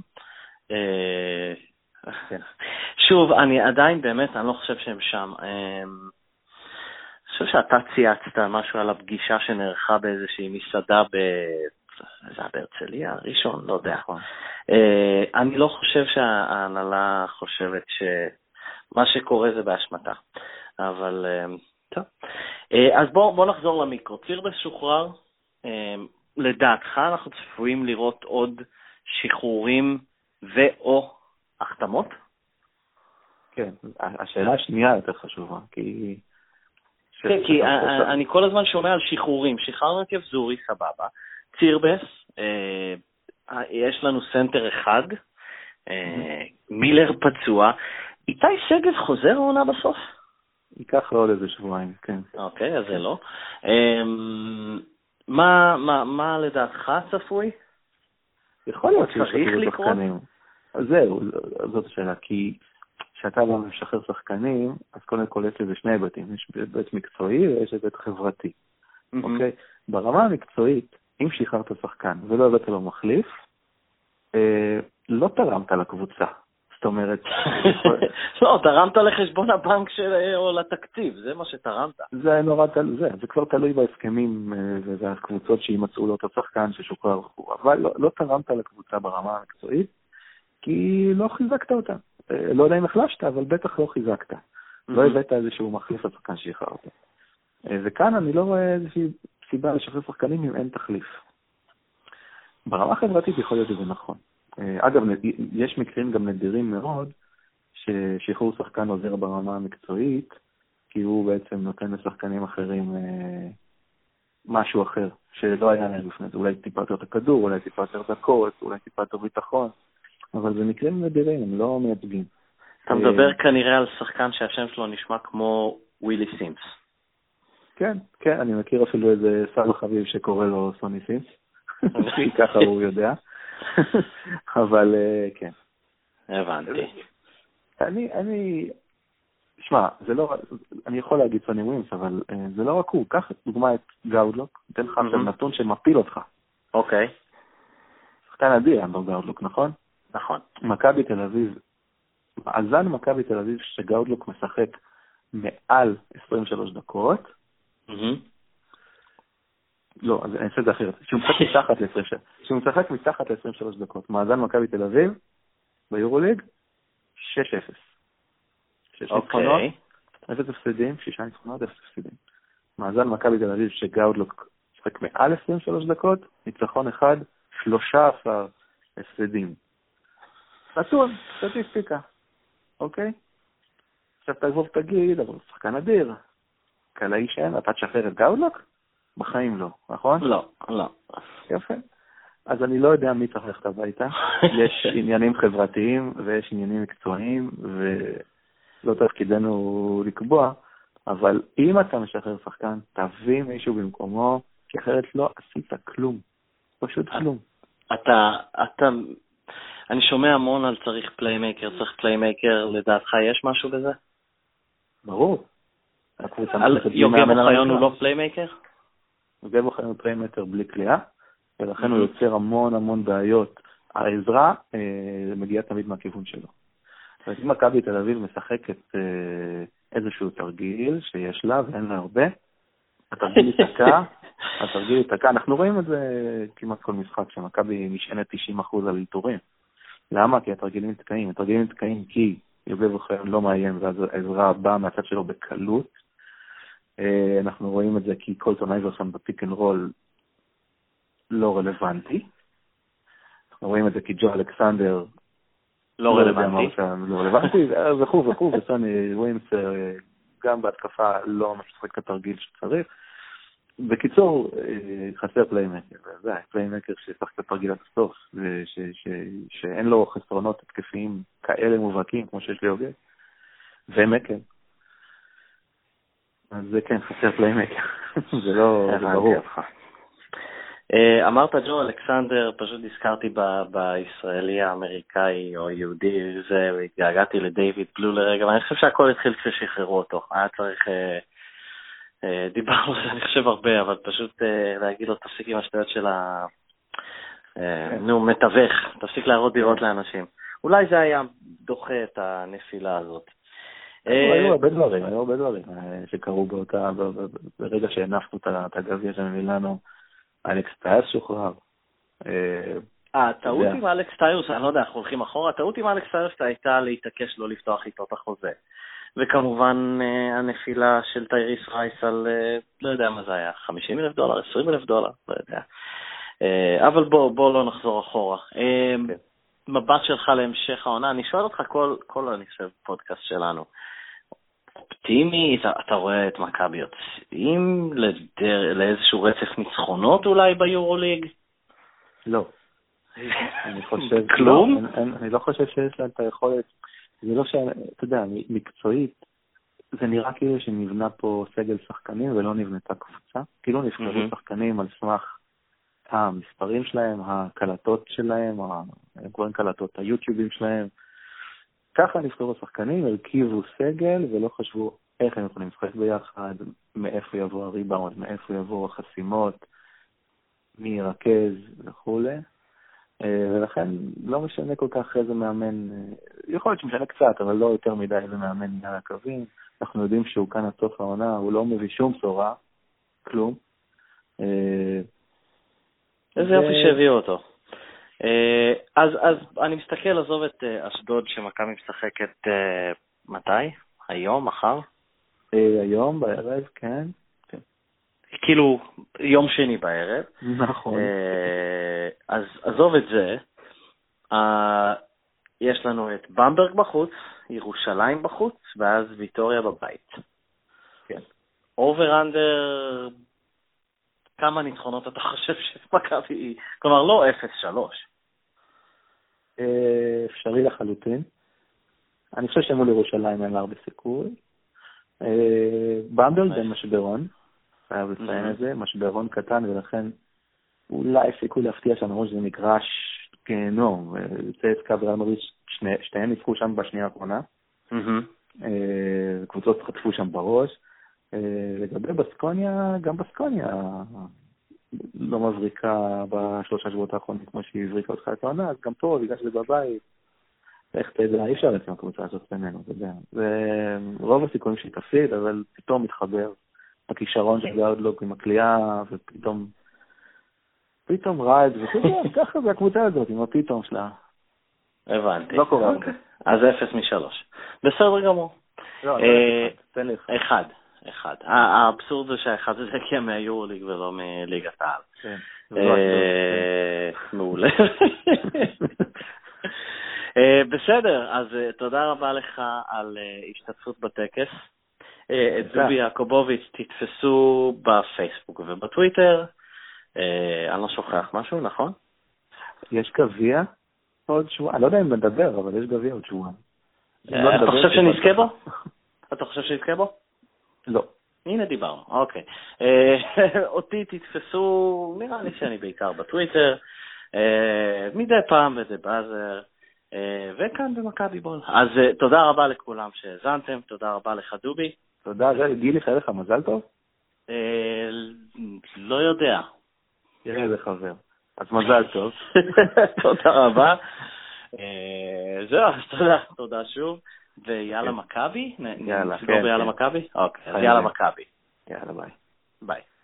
שוב, אני עדיין באמת, אני לא חושב שהם שם. אני חושב שאתה צייצת משהו על הפגישה שנערכה באיזושהי מסעדה ב... זה היה בהרצליה, ראשון, לא יודע. אני לא חושב שההנהלה חושבת שמה שקורה זה באשמתה. אבל... טוב. אז בוא, בוא נחזור למיקרו. צירבס שוחרר, לדעתך אנחנו צפויים לראות עוד שחרורים ו/או החתמות? כן, השאלה השנייה יותר חשובה, כי... כן, כי אני כל הזמן שומע על שחרורים. שחררנו את יבזורי, סבבה. צירבס, יש לנו סנטר אחד, מילר פצוע. איתי שגב חוזר העונה בסוף? ייקח עוד איזה שבועיים, כן. אוקיי, אז זה לא. מה, מה, מה לדעתך צפוי? יכול להיות שישחררו שחקנים. זהו, זאת השאלה, כי כשאתה בא משחרר שחקנים, אז קודם כל יש לזה שני היבטים, יש היבט מקצועי ויש היבט חברתי. אוקיי? ברמה המקצועית, אם שחררת שחקן ולא הבאת לו מחליף, לא תרמת לקבוצה. זאת אומרת... לא, תרמת לחשבון הבנק או לתקציב, זה מה שתרמת. זה נורא תלוי, זה, זה כבר תלוי בהסכמים והקבוצות שימצאו לו את השחקן ששוחרר, אבל לא, לא תרמת לקבוצה ברמה המקצועית, כי לא חיזקת אותה. לא יודע אם החלשת, אבל בטח לא חיזקת. לא הבאת איזשהו מחליף לשחקן ששחררת. וכאן אני לא רואה איזושהי סיבה לשחרר שחקנים אם אין תחליף. ברמה חברתית יכול להיות שזה נכון. אגב, יש מקרים גם נדירים מאוד ששחרור שחקן עוזר ברמה המקצועית, כי הוא בעצם נותן לשחקנים אחרים משהו אחר, שלא היה להם לפני זה. אולי טיפה יותר את הכדור, אולי טיפה יותר דקות, אולי טיפה יותר ביטחון, אבל זה מקרים נדירים, הם לא מייצגים. אתה מדבר כנראה על שחקן שהשם שלו נשמע כמו ווילי סימס. כן, כן, אני מכיר אפילו איזה שר חביב שקורא לו סוני סימס, ככה הוא יודע. אבל כן. הבנתי. אני, אני, שמע, זה לא, אני יכול להגיד סוני ווימס, אבל זה לא רק הוא. קח דוגמה את גאודלוק, תן לך עכשיו נתון שמפיל אותך. אוקיי. שחקן אדיר, אנדור גאודלוק, נכון? נכון. מכבי תל אביב, מאזן מכבי תל אביב שגאודלוק משחק מעל עשרים ושלוש דקות, לא, אז אני אעשה את זה אחרת. שהוא משחק מתחת ל-עשרים ושלוש. שהוא משחק מתחת ל-עשרים ושלוש דקות. מאזן מכבי תל אביב, ביורוליג, שש אפס. שש ניצחונות, אפס הפסדים, שישה ניצחונות, אפס הפסדים. מאזן מכבי תל אביב שגאודלוק משחק מעל עשרים ושלוש דקות, ניצחון אחד, שלושה עשר הפסדים. נתון, סטטיסטיקה. אוקיי? עכשיו תגבוב תגיד, אבל שחקן אדיר. קלעי שאין, אתה תשחרר את גאודלוק? בחיים לא, נכון? לא, לא. יפה. אז אני לא יודע מי צריך ללכת הביתה. יש עניינים חברתיים ויש עניינים מקצועיים, ולא תפקידנו לקבוע, אבל אם אתה משחרר שחקן, תביא מישהו במקומו, כי אחרת לא עשית כלום. פשוט כלום. אתה, אתה, אני שומע המון על צריך פליימייקר, צריך פליימייקר, לדעתך יש משהו בזה? ברור. יוגב אוחיון הוא לא פליימייקר? יוגב אוחיון הוא פליימייקר בלי קליעה, ולכן הוא יוצר המון המון בעיות. העזרה אה, מגיעה תמיד מהכיוון שלו. אם מכבי תל אביב משחקת אה, איזשהו תרגיל שיש לה ואין לה הרבה, התרגיל יתקע, התרגיל יתקע. אנחנו רואים את זה כמעט כל משחק, שמכבי נשענת תשעים אחוז על איתורים. למה? כי התרגילים מתקעים. התרגילים מתקעים כי יוגב אוחיון לא מאיים, ואז העזרה באה מהצד שלו בקלות. אנחנו רואים את זה כי קולטון אייברסון בפיק אנד רול לא רלוונטי. אנחנו רואים את זה כי ג'ו אלכסנדר לא רלוונטי. לא רלוונטי, וכו' וכו', וסוני ווימס גם בהתקפה לא משחק את התרגיל שצריך. בקיצור, חסר פליימקר, זה פליימקר שצריך את פרגיל עד הסוף, שאין לו חסרונות התקפיים כאלה מובהקים, כמו שיש לי הוגה, ומקר. אז זה כן, חסר פליימקר. זה לא ברור. אמרת ג'ו אלכסנדר, פשוט הזכרתי בישראלי האמריקאי או יהודי, והתגעגעתי לדייוויד בלו לרגע, ואני חושב שהכל התחיל כששחררו אותו. היה צריך... דיברנו על זה, אני חושב הרבה, אבל פשוט להגיד לו, תפסיק עם השטויות של ה... נו, מתווך, תפסיק להראות דירות לאנשים. אולי זה היה דוחה את הנפילה הזאת. היו הרבה דברים, היו הרבה דברים שקרו באותה, ברגע שהנפנו את הגביע של מילאנו, אלכס טיירוס שוחרר. הטעות עם אלכס טיירוס, אני לא יודע, אנחנו הולכים אחורה, הטעות עם אלכס טיירוס הייתה להתעקש לא לפתוח איתו את החוזה. וכמובן הנפילה של טייריס רייס על, לא יודע מה זה היה, חמישים אלף דולר, עשרים אלף דולר, לא יודע. אבל בוא, בוא לא נחזור אחורה. מבט שלך להמשך העונה, אני שואל אותך כל, כל אני חושב, פודקאסט שלנו. אופטימי, אתה, אתה רואה את מכבי יוצאים לדר, לאיזשהו רצף ניצחונות אולי ביורוליג? לא. אני חושב... כלום? לא, אני, אני לא חושב שיש להם את היכולת... זה לא ש... אתה יודע, מקצועית, זה נראה כאילו שנבנה פה סגל שחקנים ולא נבנתה קבוצה. כאילו נבחרו mm-hmm. שחקנים על סמך המספרים שלהם, הקלטות שלהם, הם קוראים קלטות, היוטיובים שלהם. ככה נבחרו שחקנים, הרכיבו סגל ולא חשבו איך הם יכולים לשחק ביחד, מאיפה יבוא הריבאונד, מאיפה יבוא החסימות, מי ירכז וכו'. ולכן לא משנה כל כך איזה מאמן, יכול להיות שמשנה קצת, אבל לא יותר מדי איזה מאמן מעל הקווים. אנחנו יודעים שהוא כאן עד סוף העונה, הוא לא מביא שום בשורה, כלום. איזה יופי שהביאו אותו. אז, אז אני מסתכל, עזוב את אשדוד שמכבי משחקת מתי? היום, מחר? היום, בערב, כן. כאילו, יום שני בערב. נכון. אז עזוב את זה. יש לנו את במברג בחוץ, ירושלים בחוץ, ואז ויטוריה בבית. כן. אובר-אנדר, כמה ניצחונות אתה חושב שמכבי היא? כלומר, לא אפס שלוש. אפשרי לחלוטין. אני חושב שמול ירושלים אין לה הרבה סיכוי. במברג זה משברון. חייב לציין את זה, משברון קטן, ולכן אולי סיכוי להפתיע שם, למרות שזה מגרש גיהנום, צסקה וריאל מדריד, שתיהם ניצחו שם בשנייה האחרונה, קבוצות חטפו שם בראש. לגבי בסקוניה, גם בסקוניה לא מבריקה בשלושה שבועות האחרונים, כמו שהיא הבריקה אותך את העונה, אז גם פה, בגלל שזה בבית, איך תדע, אי אפשר לצאת הקבוצה הזאת בינינו, אתה יודע. ורוב הסיכויים שהיא תפסיד, אבל פתאום מתחבר. הכישרון של גאודלוק עם הקליעה, ופתאום, פתאום רייד, וככה זה הקבוצה הזאת, עם הפתאום שלה. הבנתי. לא קורה. אז אפס משלוש. בסדר גמור. לא, תן לי אחד. אחד, אחד. האבסורד זה שהאחד הזה הגיע מהיורוליג ולא מליגת העל. כן. מעולה. בסדר, אז תודה רבה לך על השתתפות בטקס. את זובי יעקובוביץ' תתפסו בפייסבוק ובטוויטר. אני לא שוכח משהו, נכון? יש גביע עוד שבוע, אני לא יודע אם נדבר, אבל יש גביע עוד שבוע. אתה חושב שנזכה בו? אתה חושב שנזכה בו? לא. הנה דיברנו, אוקיי. אותי תתפסו, נראה לי שאני בעיקר בטוויטר, מדי פעם וזה באזר, וכאן במכבי בול. אז תודה רבה לכולם שהזנתם, תודה רבה לך דובי. תודה, גילי, חייב לך מזל טוב? לא יודע. תראה איזה חבר. אז מזל טוב. תודה רבה. זהו, אז תודה, תודה שוב. ויאללה מכבי? יאללה, כן. יאללה מכבי? אוקיי, אז יאללה מכבי. יאללה, ביי. ביי.